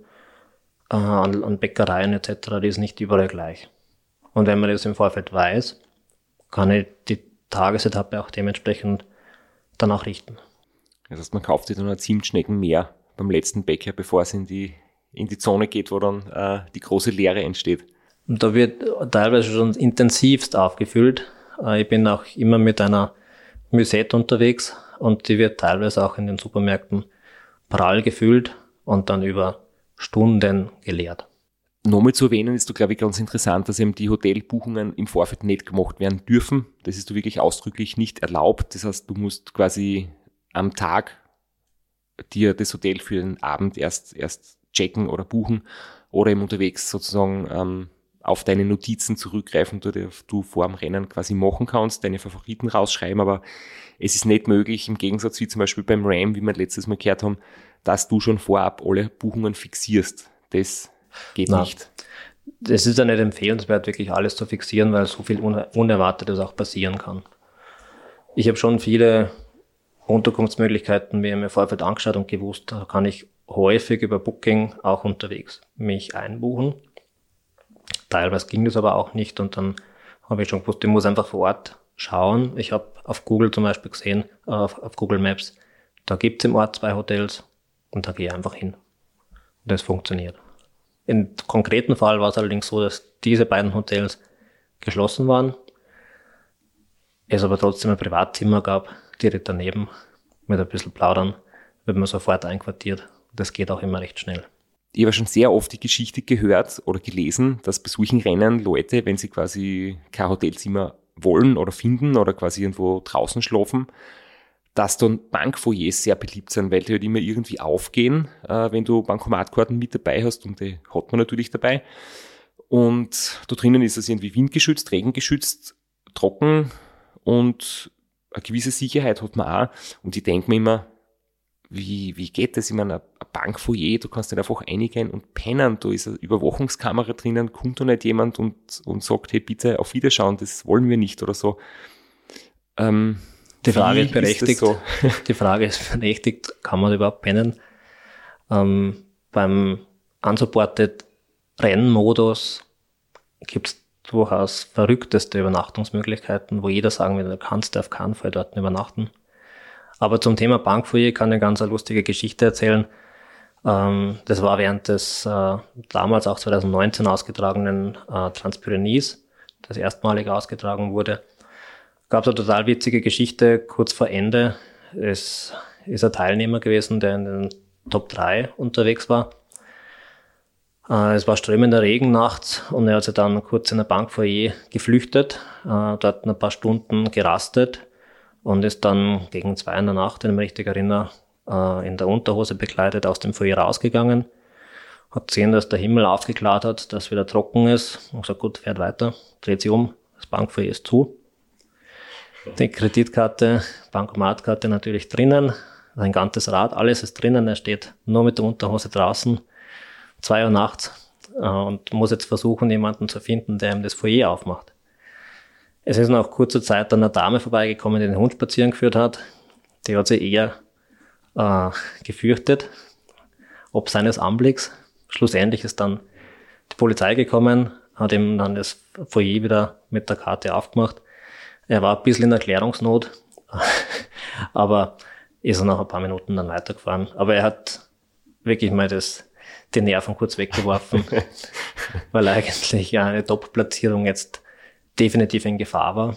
an Bäckereien etc., die ist nicht überall gleich. Und wenn man das im Vorfeld weiß, kann ich die Tagesetappe auch dementsprechend danach richten. Das heißt, man kauft sich dann ein Zimtschnecken mehr beim letzten Bäcker, bevor es in die Zone geht, wo dann die große Leere entsteht. Und da wird teilweise schon intensivst aufgefüllt. Ich bin auch immer mit einer Musette unterwegs und die wird teilweise auch in den Supermärkten prall gefüllt und dann über Stunden geleert. Nochmal zu erwähnen ist, glaube ich, ganz interessant, dass eben die Hotelbuchungen im Vorfeld nicht gemacht werden dürfen. Das ist wirklich ausdrücklich nicht erlaubt. Das heißt, du musst quasi am Tag dir das Hotel für den Abend erst checken oder buchen oder eben unterwegs sozusagen auf deine Notizen zurückgreifen, die du vor dem Rennen quasi machen kannst, deine Favoriten rausschreiben, aber es ist nicht möglich, im Gegensatz wie zum Beispiel beim RAM, wie wir letztes Mal gehört haben, dass du schon vorab alle Buchungen fixierst. Das geht nicht. Es ist ja nicht empfehlenswert, wirklich alles zu fixieren, weil so viel Unerwartetes auch passieren kann. Ich habe schon viele Unterkunftsmöglichkeiten mir im Vorfeld angeschaut und gewusst, da kann ich häufig über Booking auch unterwegs mich einbuchen. Teilweise ging das aber auch nicht und dann habe ich schon gewusst, ich muss einfach vor Ort schauen. Ich habe auf Google zum Beispiel gesehen, auf Google Maps, da gibt es im Ort 2 Hotels und da gehe ich einfach hin. Und das funktioniert. Im konkreten Fall war es allerdings so, dass diese beiden Hotels geschlossen waren, es aber trotzdem ein Privatzimmer gab, direkt daneben, mit ein bisschen Plaudern, wird man sofort einquartiert. Das geht auch immer recht schnell. Ich habe schon sehr oft die Geschichte gehört oder gelesen, dass bei solchen Rennen Leute, wenn sie quasi kein Hotelzimmer wollen oder finden oder quasi irgendwo draußen schlafen, dass dann Bankfoyers sehr beliebt sind, weil die halt immer irgendwie aufgehen, wenn du Bankomatkarten mit dabei hast, und die hat man natürlich dabei. Und da drinnen ist es irgendwie windgeschützt, regengeschützt, trocken und eine gewisse Sicherheit hat man auch. Und ich denke mir immer, wie geht das? Ich meine, ein Bankfoyer, du kannst nicht einfach reingehen und pennen, da ist eine Überwachungskamera drinnen, kommt da nicht jemand und sagt, hey, bitte auf Wiederschauen, das wollen wir nicht oder so. Die Frage ist berechtigt. So? Die Frage ist berechtigt, kann man überhaupt pennen? Beim Unsupported Rennmodus gibt es durchaus verrückteste Übernachtungsmöglichkeiten, wo jeder sagen würde, du kannst auf keinen Fall dort übernachten. Aber zum Thema Bankfoyer kann ich eine ganz lustige Geschichte erzählen. Das war während des damals auch 2019 ausgetragenen Transpyrenees, das erstmalig ausgetragen wurde. Gab es eine total witzige Geschichte kurz vor Ende. Es ist ein Teilnehmer gewesen, der in den Top 3 unterwegs war. Es war strömender Regen nachts und er hat sich dann kurz in der Bankfoyer geflüchtet, dort ein paar Stunden gerastet und ist dann gegen 2 in der Nacht, wenn ich mich richtig erinnere, in der Unterhose bekleidet aus dem Foyer rausgegangen. Hat gesehen, dass der Himmel aufgeklärt hat, dass wieder trocken ist und gesagt, gut, fährt weiter, dreht sich um, das Bankfoyer ist zu. Die Kreditkarte, Bankomatkarte natürlich drinnen, sein ganzes Rad, alles ist drinnen, er steht nur mit der Unterhose draußen, 2 Uhr nachts und muss jetzt versuchen, jemanden zu finden, der ihm das Foyer aufmacht. Es ist nach kurzer Zeit dann eine Dame vorbeigekommen, die den Hund spazieren geführt hat. Die hat sich eher gefürchtet, ob seines Anblicks. Schlussendlich ist dann die Polizei gekommen, hat ihm dann das Foyer wieder mit der Karte aufgemacht. Er war ein bisschen in Erklärungsnot, aber ist nach ein paar Minuten dann weitergefahren. Aber er hat wirklich mal die Nerven kurz weggeworfen, weil eigentlich eine Top-Platzierung jetzt definitiv in Gefahr war.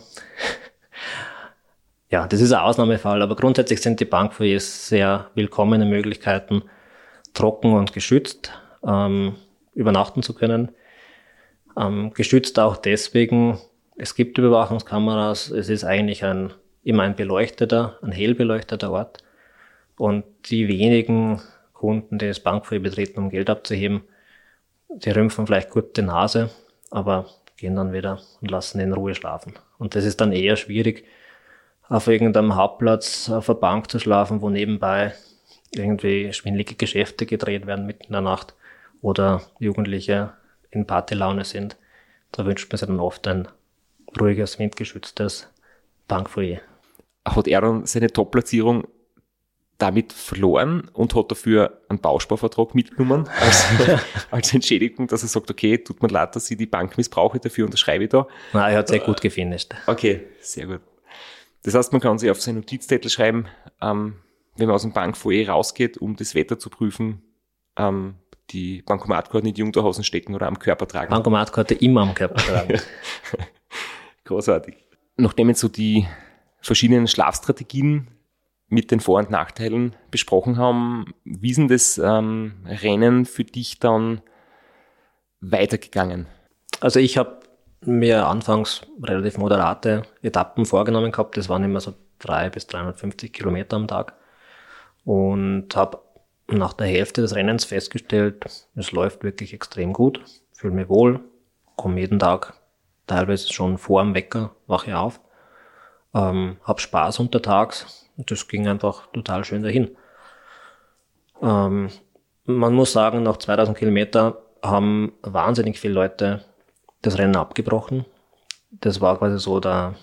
Ja, das ist ein Ausnahmefall, aber grundsätzlich sind die Bankfoyers sehr willkommene Möglichkeiten, trocken und geschützt übernachten zu können. Geschützt auch deswegen, es gibt Überwachungskameras, es ist eigentlich immer ein hell beleuchteter Ort und die wenigen Kunden, die das Bankfoyer betreten, um Geld abzuheben, die rümpfen vielleicht kurz die Nase, aber gehen dann wieder und lassen ihn in Ruhe schlafen. Und das ist dann eher schwierig, auf irgendeinem Hauptplatz auf einer Bank zu schlafen, wo nebenbei irgendwie schwindelige Geschäfte gedreht werden mitten in der Nacht oder Jugendliche in Partylaune sind. Da wünscht man sich dann oft ein ruhiges, windgeschütztes Bankfoyer. Hat er dann seine Top-Platzierung damit verloren und hat dafür einen Bausparvertrag mitgenommen als Entschädigung, dass er sagt, okay, tut mir leid, dass ich die Bank missbrauche, dafür unterschreibe ich da. Nein, er hat sehr gut gefinisht. Okay, sehr gut. Das heißt, man kann sich auf seinen Notizzettel schreiben, wenn man aus dem Bankfoyer rausgeht, um das Wetter zu prüfen, die Bankomatkarte in die Unterhosen stecken oder am Körper tragen. Bankomatkarte immer am Körper tragen. Großartig. Nachdem jetzt so die verschiedenen Schlafstrategien mit den Vor- und Nachteilen besprochen haben, wie ist denn das Rennen für dich dann weitergegangen? Also ich habe mir anfangs relativ moderate Etappen vorgenommen gehabt. Das waren immer so 300 bis 350 Kilometer am Tag. Und habe nach der Hälfte des Rennens festgestellt, es läuft wirklich extrem gut. Fühle mich wohl, komme jeden Tag teilweise schon vor dem Wecker, wache auf. Habe Spaß untertags. Und das ging einfach total schön dahin. Man muss sagen, nach 2000 Kilometer haben wahnsinnig viele Leute das Rennen abgebrochen. Das war quasi so der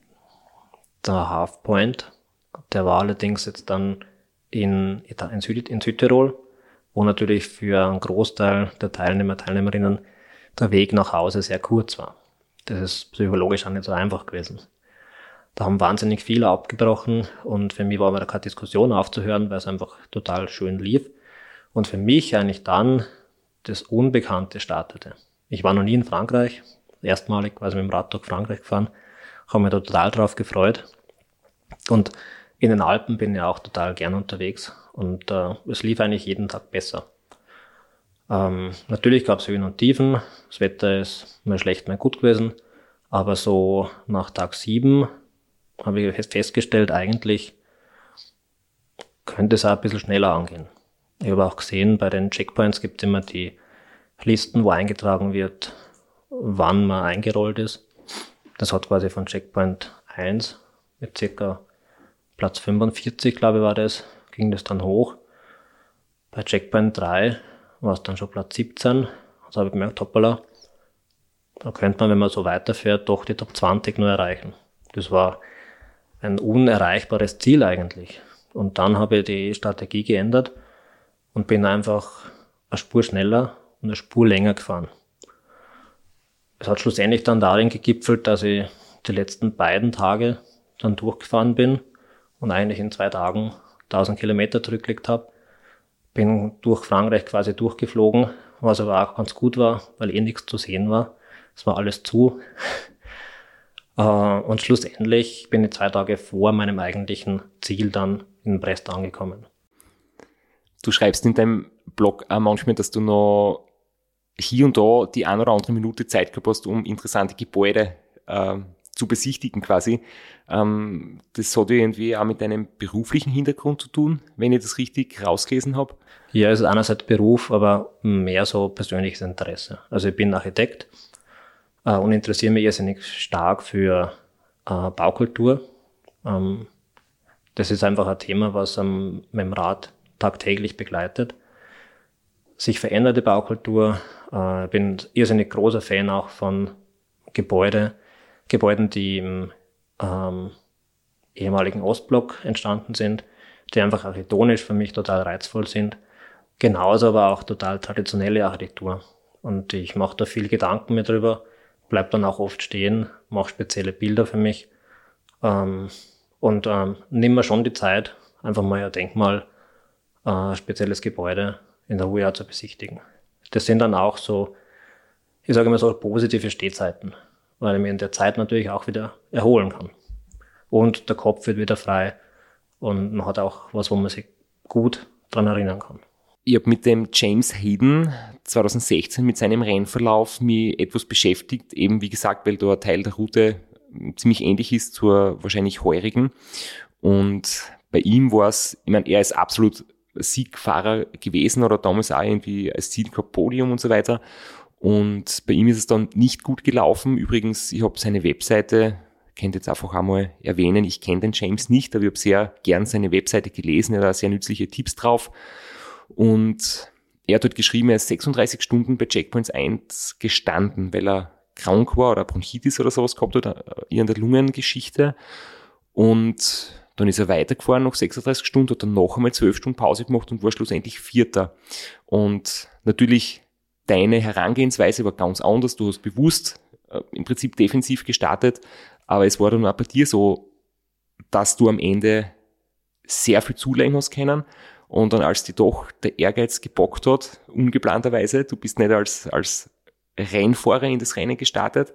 Halfpoint. Der war allerdings jetzt dann in Südtirol, wo natürlich für einen Großteil der Teilnehmerinnen der Weg nach Hause sehr kurz war. Das ist psychologisch auch nicht so einfach gewesen. Da haben wahnsinnig viele abgebrochen und für mich war aber keine Diskussion aufzuhören, weil es einfach total schön lief. Und für mich eigentlich dann das Unbekannte startete. Ich war noch nie in Frankreich, erstmalig quasi mit dem Rad durch Frankreich gefahren, habe mich da total drauf gefreut. Und in den Alpen bin ich auch total gern unterwegs und es lief eigentlich jeden Tag besser. Natürlich gab es Höhen und Tiefen, das Wetter ist mal schlecht, mal gut gewesen, aber so nach Tag 7 habe ich festgestellt, eigentlich könnte es auch ein bisschen schneller angehen. Ich habe auch gesehen, bei den Checkpoints gibt es immer die Listen, wo eingetragen wird, wann man eingerollt ist. Das hat quasi von Checkpoint 1 mit circa Platz 45, glaube ich, war das, ging das dann hoch. Bei Checkpoint 3 war es dann schon Platz 17. Also habe ich gemerkt, hoppala, da könnte man, wenn man so weiterfährt, doch die Top 20 nur erreichen. Das war ein unerreichbares Ziel eigentlich. Und dann habe ich die Strategie geändert und bin einfach eine Spur schneller und eine Spur länger gefahren. es hat schlussendlich dann darin gegipfelt, dass ich die letzten beiden Tage dann durchgefahren bin und eigentlich in 2 Tagen 1000 Kilometer zurückgelegt habe. Bin durch Frankreich quasi durchgeflogen, was aber auch ganz gut war, weil nichts zu sehen war. Es war alles zu. Und schlussendlich bin ich 2 Tage vor meinem eigentlichen Ziel dann in Brest angekommen. Du schreibst in deinem Blog auch manchmal, dass du noch hier und da die eine oder andere Minute Zeit gehabt hast, um interessante Gebäude zu besichtigen quasi. Das hat irgendwie auch mit deinem beruflichen Hintergrund zu tun, wenn ich das richtig rausgelesen habe. Ja, es ist einerseits Beruf, aber mehr so persönliches Interesse. Also ich bin Architekt und interessiere mich irrsinnig stark für Baukultur. Das ist einfach ein Thema, was mit dem Rad tagtäglich begleitet. Sich veränderte Baukultur. Ich bin irrsinnig großer Fan auch von Gebäuden, die im ehemaligen Ostblock entstanden sind, die einfach architektonisch für mich total reizvoll sind. Genauso aber auch total traditionelle Architektur. Und ich mache da viel Gedanken mir drüber, bleib dann auch oft stehen, mache spezielle Bilder für mich und nimm mir schon die Zeit, einfach mal ein Denkmal, ein spezielles Gebäude in der Ruhe zu besichtigen. Das sind dann auch so, ich sage immer so, positive Stehzeiten, weil ich mich in der Zeit natürlich auch wieder erholen kann. Und der Kopf wird wieder frei und man hat auch was, wo man sich gut dran erinnern kann. Ich habe mit dem James Hayden 2016 mit seinem Rennverlauf mich etwas beschäftigt, eben wie gesagt, weil da ein Teil der Route ziemlich ähnlich ist zur wahrscheinlich heurigen. Und bei ihm war es, ich meine, er ist absolut Siegfahrer gewesen oder damals auch irgendwie als Ziel gehabt, Podium und so weiter. Und bei ihm ist es dann nicht gut gelaufen. Übrigens, ich habe seine Webseite, könnt jetzt einfach einmal erwähnen, ich kenne den James nicht, aber ich habe sehr gern seine Webseite gelesen, er hat sehr nützliche Tipps drauf. Und er hat dort geschrieben, er ist 36 Stunden bei Checkpoints 1 gestanden, weil er krank war oder Bronchitis oder sowas gehabt hat, irgendeine Lungengeschichte. Und dann ist er weitergefahren nach 36 Stunden, hat dann noch einmal 12 Stunden Pause gemacht und war schlussendlich Vierter. Und natürlich, deine Herangehensweise war ganz anders. Du hast bewusst im Prinzip defensiv gestartet, aber es war dann auch bei dir so, dass du am Ende sehr viel zulegen hast können. Und dann, als die doch der Ehrgeiz gebockt hat, ungeplanterweise, du bist nicht als Rennfahrer in das Rennen gestartet,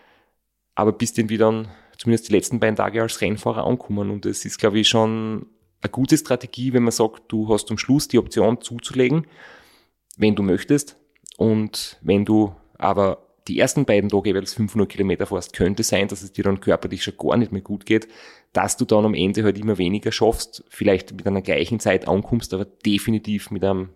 aber bist irgendwie dann zumindest die letzten beiden Tage als Rennfahrer angekommen. Und es ist, glaube ich, schon eine gute Strategie, wenn man sagt, du hast am Schluss die Option zuzulegen, wenn du möchtest. Und wenn du aber die ersten beiden Tage jeweils 500 Kilometer fährst, könnte sein, dass es dir dann körperlich schon gar nicht mehr gut geht, dass du dann am Ende halt immer weniger schaffst, vielleicht mit einer gleichen Zeit ankommst, aber definitiv mit einem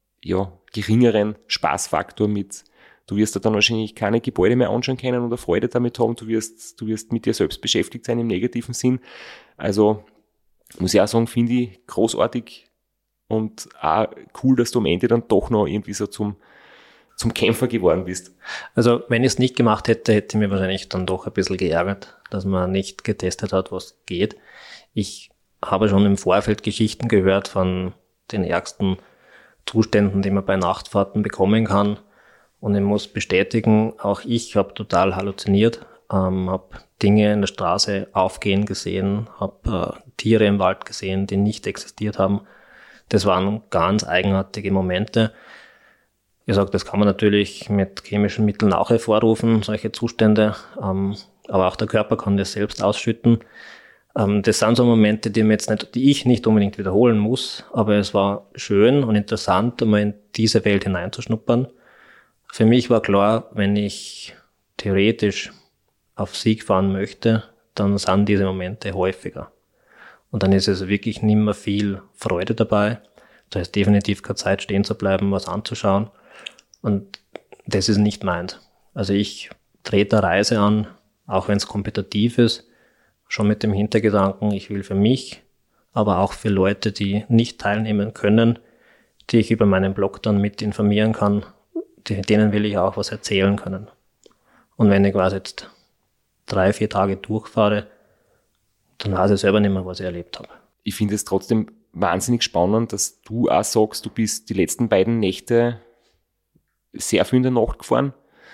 geringeren Spaßfaktor du wirst da dann wahrscheinlich keine Gebäude mehr anschauen können oder Freude damit haben, du wirst mit dir selbst beschäftigt sein im negativen Sinn. Also muss ich auch sagen, finde ich großartig und auch cool, dass du am Ende dann doch noch irgendwie so zum Kämpfer geworden bist. Also wenn ich es nicht gemacht hätte, hätte ich mir wahrscheinlich dann doch ein bisschen geärgert, dass man nicht getestet hat, was geht. Ich habe schon im Vorfeld Geschichten gehört von den ärgsten Zuständen, die man bei Nachtfahrten bekommen kann. Und ich muss bestätigen, auch ich habe total halluziniert, habe Dinge in der Straße aufgehen gesehen, habe Tiere im Wald gesehen, die nicht existiert haben. Das waren ganz eigenartige Momente. Ich sage, das kann man natürlich mit chemischen Mitteln auch hervorrufen, solche Zustände, aber auch der Körper kann das selbst ausschütten. Das sind so Momente, die ich nicht unbedingt wiederholen muss, aber es war schön und interessant, einmal in diese Welt hineinzuschnuppern. Für mich war klar, wenn ich theoretisch auf Sieg fahren möchte, dann sind diese Momente häufiger. Und dann ist es wirklich nicht mehr viel Freude dabei. Da ist definitiv keine Zeit, stehen zu bleiben, was anzuschauen. Und das ist nicht meins. Also ich trete eine Reise an, auch wenn es kompetitiv ist, schon mit dem Hintergedanken, ich will für mich, aber auch für Leute, die nicht teilnehmen können, die ich über meinen Blog dann mit informieren kann, denen will ich auch was erzählen können. Und wenn ich quasi jetzt 3-4 Tage durchfahre, dann weiß ich selber nicht mehr, was ich erlebt habe. Ich finde es trotzdem wahnsinnig spannend, dass du auch sagst, du bist die letzten beiden Nächte sehr viel in der Nacht gefahren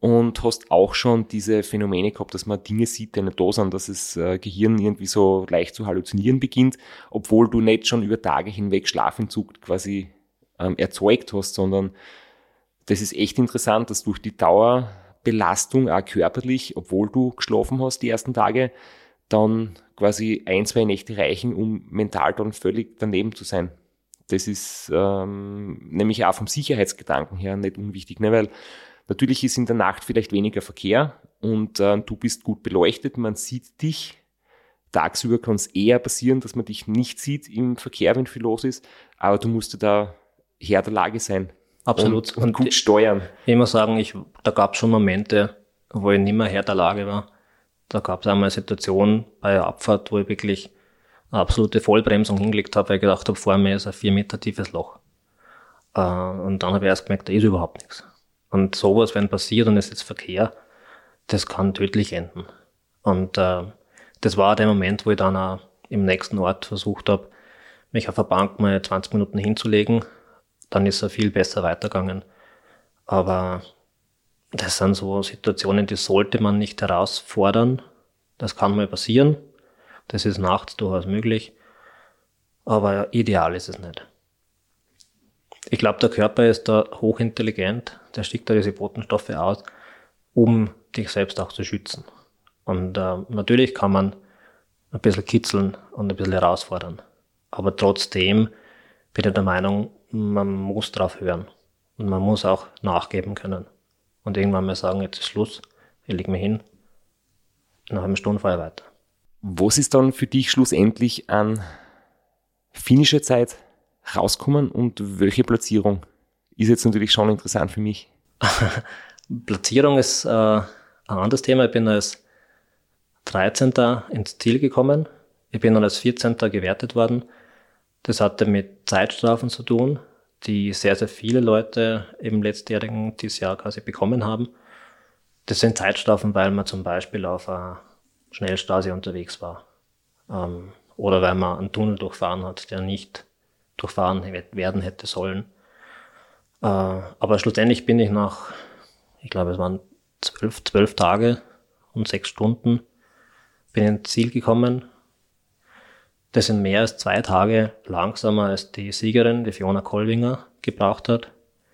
und hast auch schon diese Phänomene gehabt, dass man Dinge sieht, die nicht da sind, dass das Gehirn irgendwie so leicht zu halluzinieren beginnt, obwohl du nicht schon über Tage hinweg Schlafentzug quasi erzeugt hast, sondern das ist echt interessant, dass durch die Dauerbelastung auch körperlich, obwohl du geschlafen hast die ersten Tage, dann quasi 1-2 Nächte reichen, um mental dann völlig daneben zu sein. Das ist nämlich auch vom Sicherheitsgedanken her nicht unwichtig, ne? Weil natürlich ist in der Nacht vielleicht weniger Verkehr und du bist gut beleuchtet, man sieht dich. Tagsüber kann es eher passieren, dass man dich nicht sieht im Verkehr, wenn viel los ist, aber du musst da Herr der Lage sein. Absolut. Und gut steuern. Ich muss sagen, da gab es schon Momente, wo ich nicht mehr Herr der Lage war. Da gab es einmal eine Situation bei der Abfahrt, wo ich wirklich eine absolute Vollbremsung hingelegt habe, weil ich gedacht habe, vor mir ist ein 4 Meter tiefes Loch. Und dann habe ich erst gemerkt, da ist überhaupt nichts. Und sowas, wenn passiert und es ist Verkehr, das kann tödlich enden. Und das war der Moment, wo ich dann auch im nächsten Ort versucht habe, mich auf der Bank mal 20 Minuten hinzulegen. Dann ist es viel besser weitergegangen. Aber das sind so Situationen, die sollte man nicht herausfordern. Das kann mal passieren. Das ist nachts durchaus möglich. Aber ideal ist es nicht. Ich glaube, der Körper ist da hochintelligent. Der schickt da diese Botenstoffe aus, um dich selbst auch zu schützen. Und natürlich kann man ein bisschen kitzeln und ein bisschen herausfordern. Aber trotzdem bin ich der Meinung, man muss drauf hören. Und man muss auch nachgeben können. Und irgendwann mal sagen, jetzt ist Schluss, ich lege mich hin, nach einer Stunde fahre ich weiter. Was ist dann für dich schlussendlich an finnischer Zeit rauskommen und welche Platzierung? Ist jetzt natürlich schon interessant für mich. Platzierung ist ein anderes Thema. Ich bin als 13. ins Ziel gekommen. Ich bin dann als 14. gewertet worden. Das hatte mit Zeitstrafen zu tun, die sehr, sehr viele Leute im letztjährigen dieses Jahr quasi bekommen haben. Das sind Zeitstrafen, weil man zum Beispiel auf einer Schnellstraße unterwegs war. Oder weil man einen Tunnel durchfahren hat, der nicht durchfahren werden hätte sollen. Aber schlussendlich bin ich nach, ich glaube es waren 12 Tage und 6 Stunden, bin ins Ziel gekommen. Das sind mehr als 2 Tage langsamer als die Siegerin, die Fiona Kollwinger, gebraucht hat.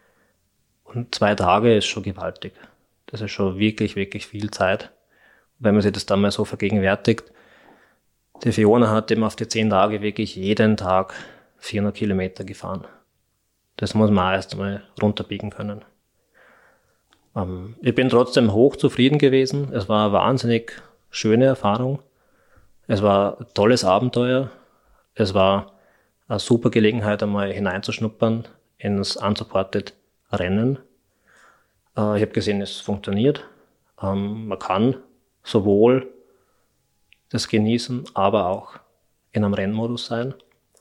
Und 2 Tage ist schon gewaltig. Das ist schon wirklich, wirklich viel Zeit. Wenn man sich das dann mal so vergegenwärtigt, die Fiona hat eben auf die 10 Tage wirklich jeden Tag 400 Kilometer gefahren. Das muss man erst einmal runterbiegen können. Ich bin trotzdem hochzufrieden gewesen. Es war eine wahnsinnig schöne Erfahrung. Es war ein tolles Abenteuer. Es war eine super Gelegenheit, einmal hineinzuschnuppern ins unsupported Rennen. Ich habe gesehen, es funktioniert. Man kann sowohl das genießen, aber auch in einem Rennmodus sein.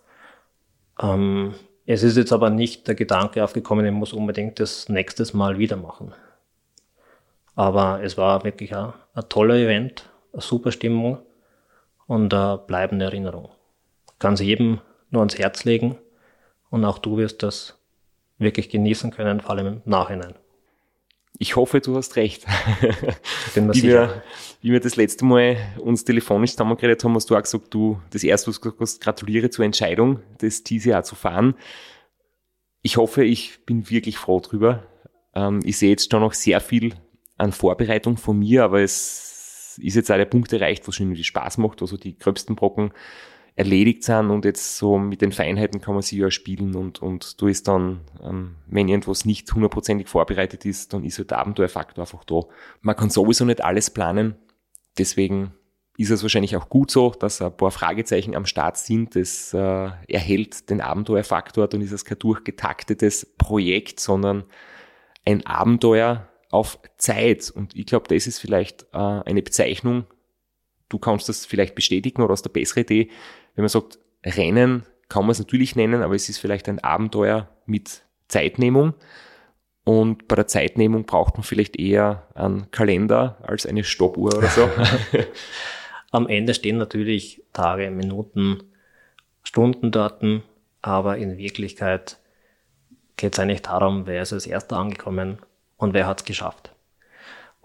Es ist jetzt aber nicht der Gedanke aufgekommen, ich muss unbedingt das nächstes Mal wieder machen. Aber es war wirklich ein toller Event, eine super Stimmung und eine bleibende Erinnerung. Ich kann es jedem nur ans Herz legen und auch du wirst das wirklich genießen können, vor allem im Nachhinein. Ich hoffe, du hast recht. Bin mir sicher. Wie wir das letzte Mal uns telefonisch zusammengeredet haben, hast du auch gesagt, das erste, was du gesagt hast, gratuliere zur Entscheidung, das dieses Jahr zu fahren. Ich hoffe, ich bin wirklich froh drüber. Ich sehe jetzt schon noch sehr viel an Vorbereitung von mir, aber es ist jetzt auch der Punkt erreicht, wo es schon irgendwie Spaß macht, also die gröbsten Brocken erledigt sind und jetzt so mit den Feinheiten kann man sich ja spielen und du ist dann, wenn irgendwas nicht 100%ig vorbereitet ist, dann ist halt der Abenteuerfaktor einfach da. Man kann sowieso nicht alles planen, deswegen ist es wahrscheinlich auch gut so, dass ein paar Fragezeichen am Start sind. Das erhält den Abenteuerfaktor, dann ist es kein durchgetaktetes Projekt, sondern ein Abenteuer auf Zeit. Und ich glaube, das ist vielleicht eine Bezeichnung, du kannst das vielleicht bestätigen oder hast eine bessere Idee, wenn man sagt, Rennen kann man es natürlich nennen, aber es ist vielleicht ein Abenteuer mit Zeitnehmung. Und bei der Zeitnehmung braucht man vielleicht eher einen Kalender als eine Stoppuhr oder so. Am Ende stehen natürlich Tage, Minuten, Stundendaten, aber in Wirklichkeit geht es eigentlich darum, wer ist als Erster angekommen und wer hat es geschafft.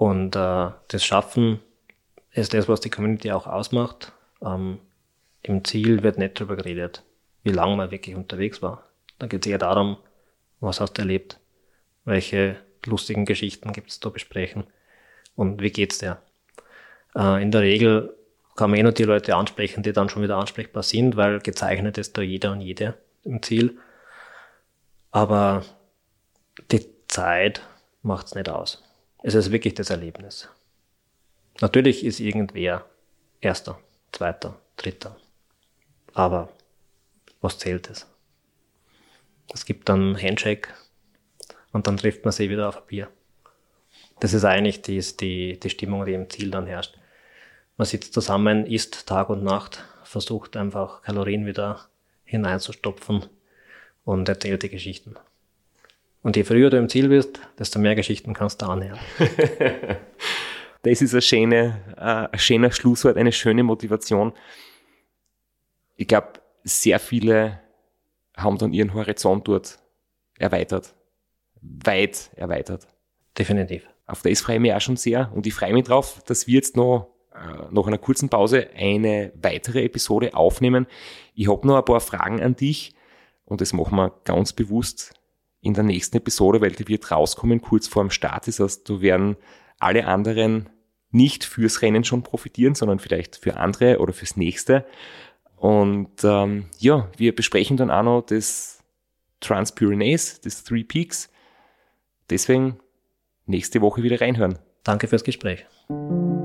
Und das Schaffen ist das, was die Community auch ausmacht. Im Ziel wird nicht darüber geredet, wie lange man wirklich unterwegs war. Da geht es eher darum, was hast du erlebt, welche lustigen Geschichten gibt es zu besprechen und wie geht's dir. In der Regel kann man nur die Leute ansprechen, die dann schon wieder ansprechbar sind, weil gezeichnet ist da jeder und jede im Ziel. Aber die Zeit macht's nicht aus. Es ist wirklich das Erlebnis. Natürlich ist irgendwer Erster, Zweiter, Dritter. Aber was zählt es? Es gibt dann Handshake und dann trifft man sich wieder auf ein Bier. Das ist eigentlich die Stimmung, die im Ziel dann herrscht. Man sitzt zusammen, isst Tag und Nacht, versucht einfach Kalorien wieder hineinzustopfen und erzählt die Geschichten. Und je früher du im Ziel bist, desto mehr Geschichten kannst du anhören. Das ist ein schöner Schlusswort, eine schöne Motivation. Ich glaube, sehr viele haben dann ihren Horizont dort erweitert. Weit erweitert. Definitiv. Auf das freue ich mich auch schon sehr und ich freue mich drauf, dass wir jetzt noch nach einer kurzen Pause eine weitere Episode aufnehmen. Ich habe noch ein paar Fragen an dich und das machen wir ganz bewusst in der nächsten Episode, weil die wird rauskommen kurz vor dem Start. Das heißt, da werden alle anderen nicht fürs Rennen schon profitieren, sondern vielleicht für andere oder fürs nächste. Und wir besprechen dann auch noch das Trans-Pyrenees, das Three Peaks. Deswegen nächste Woche wieder reinhören. Danke fürs Gespräch.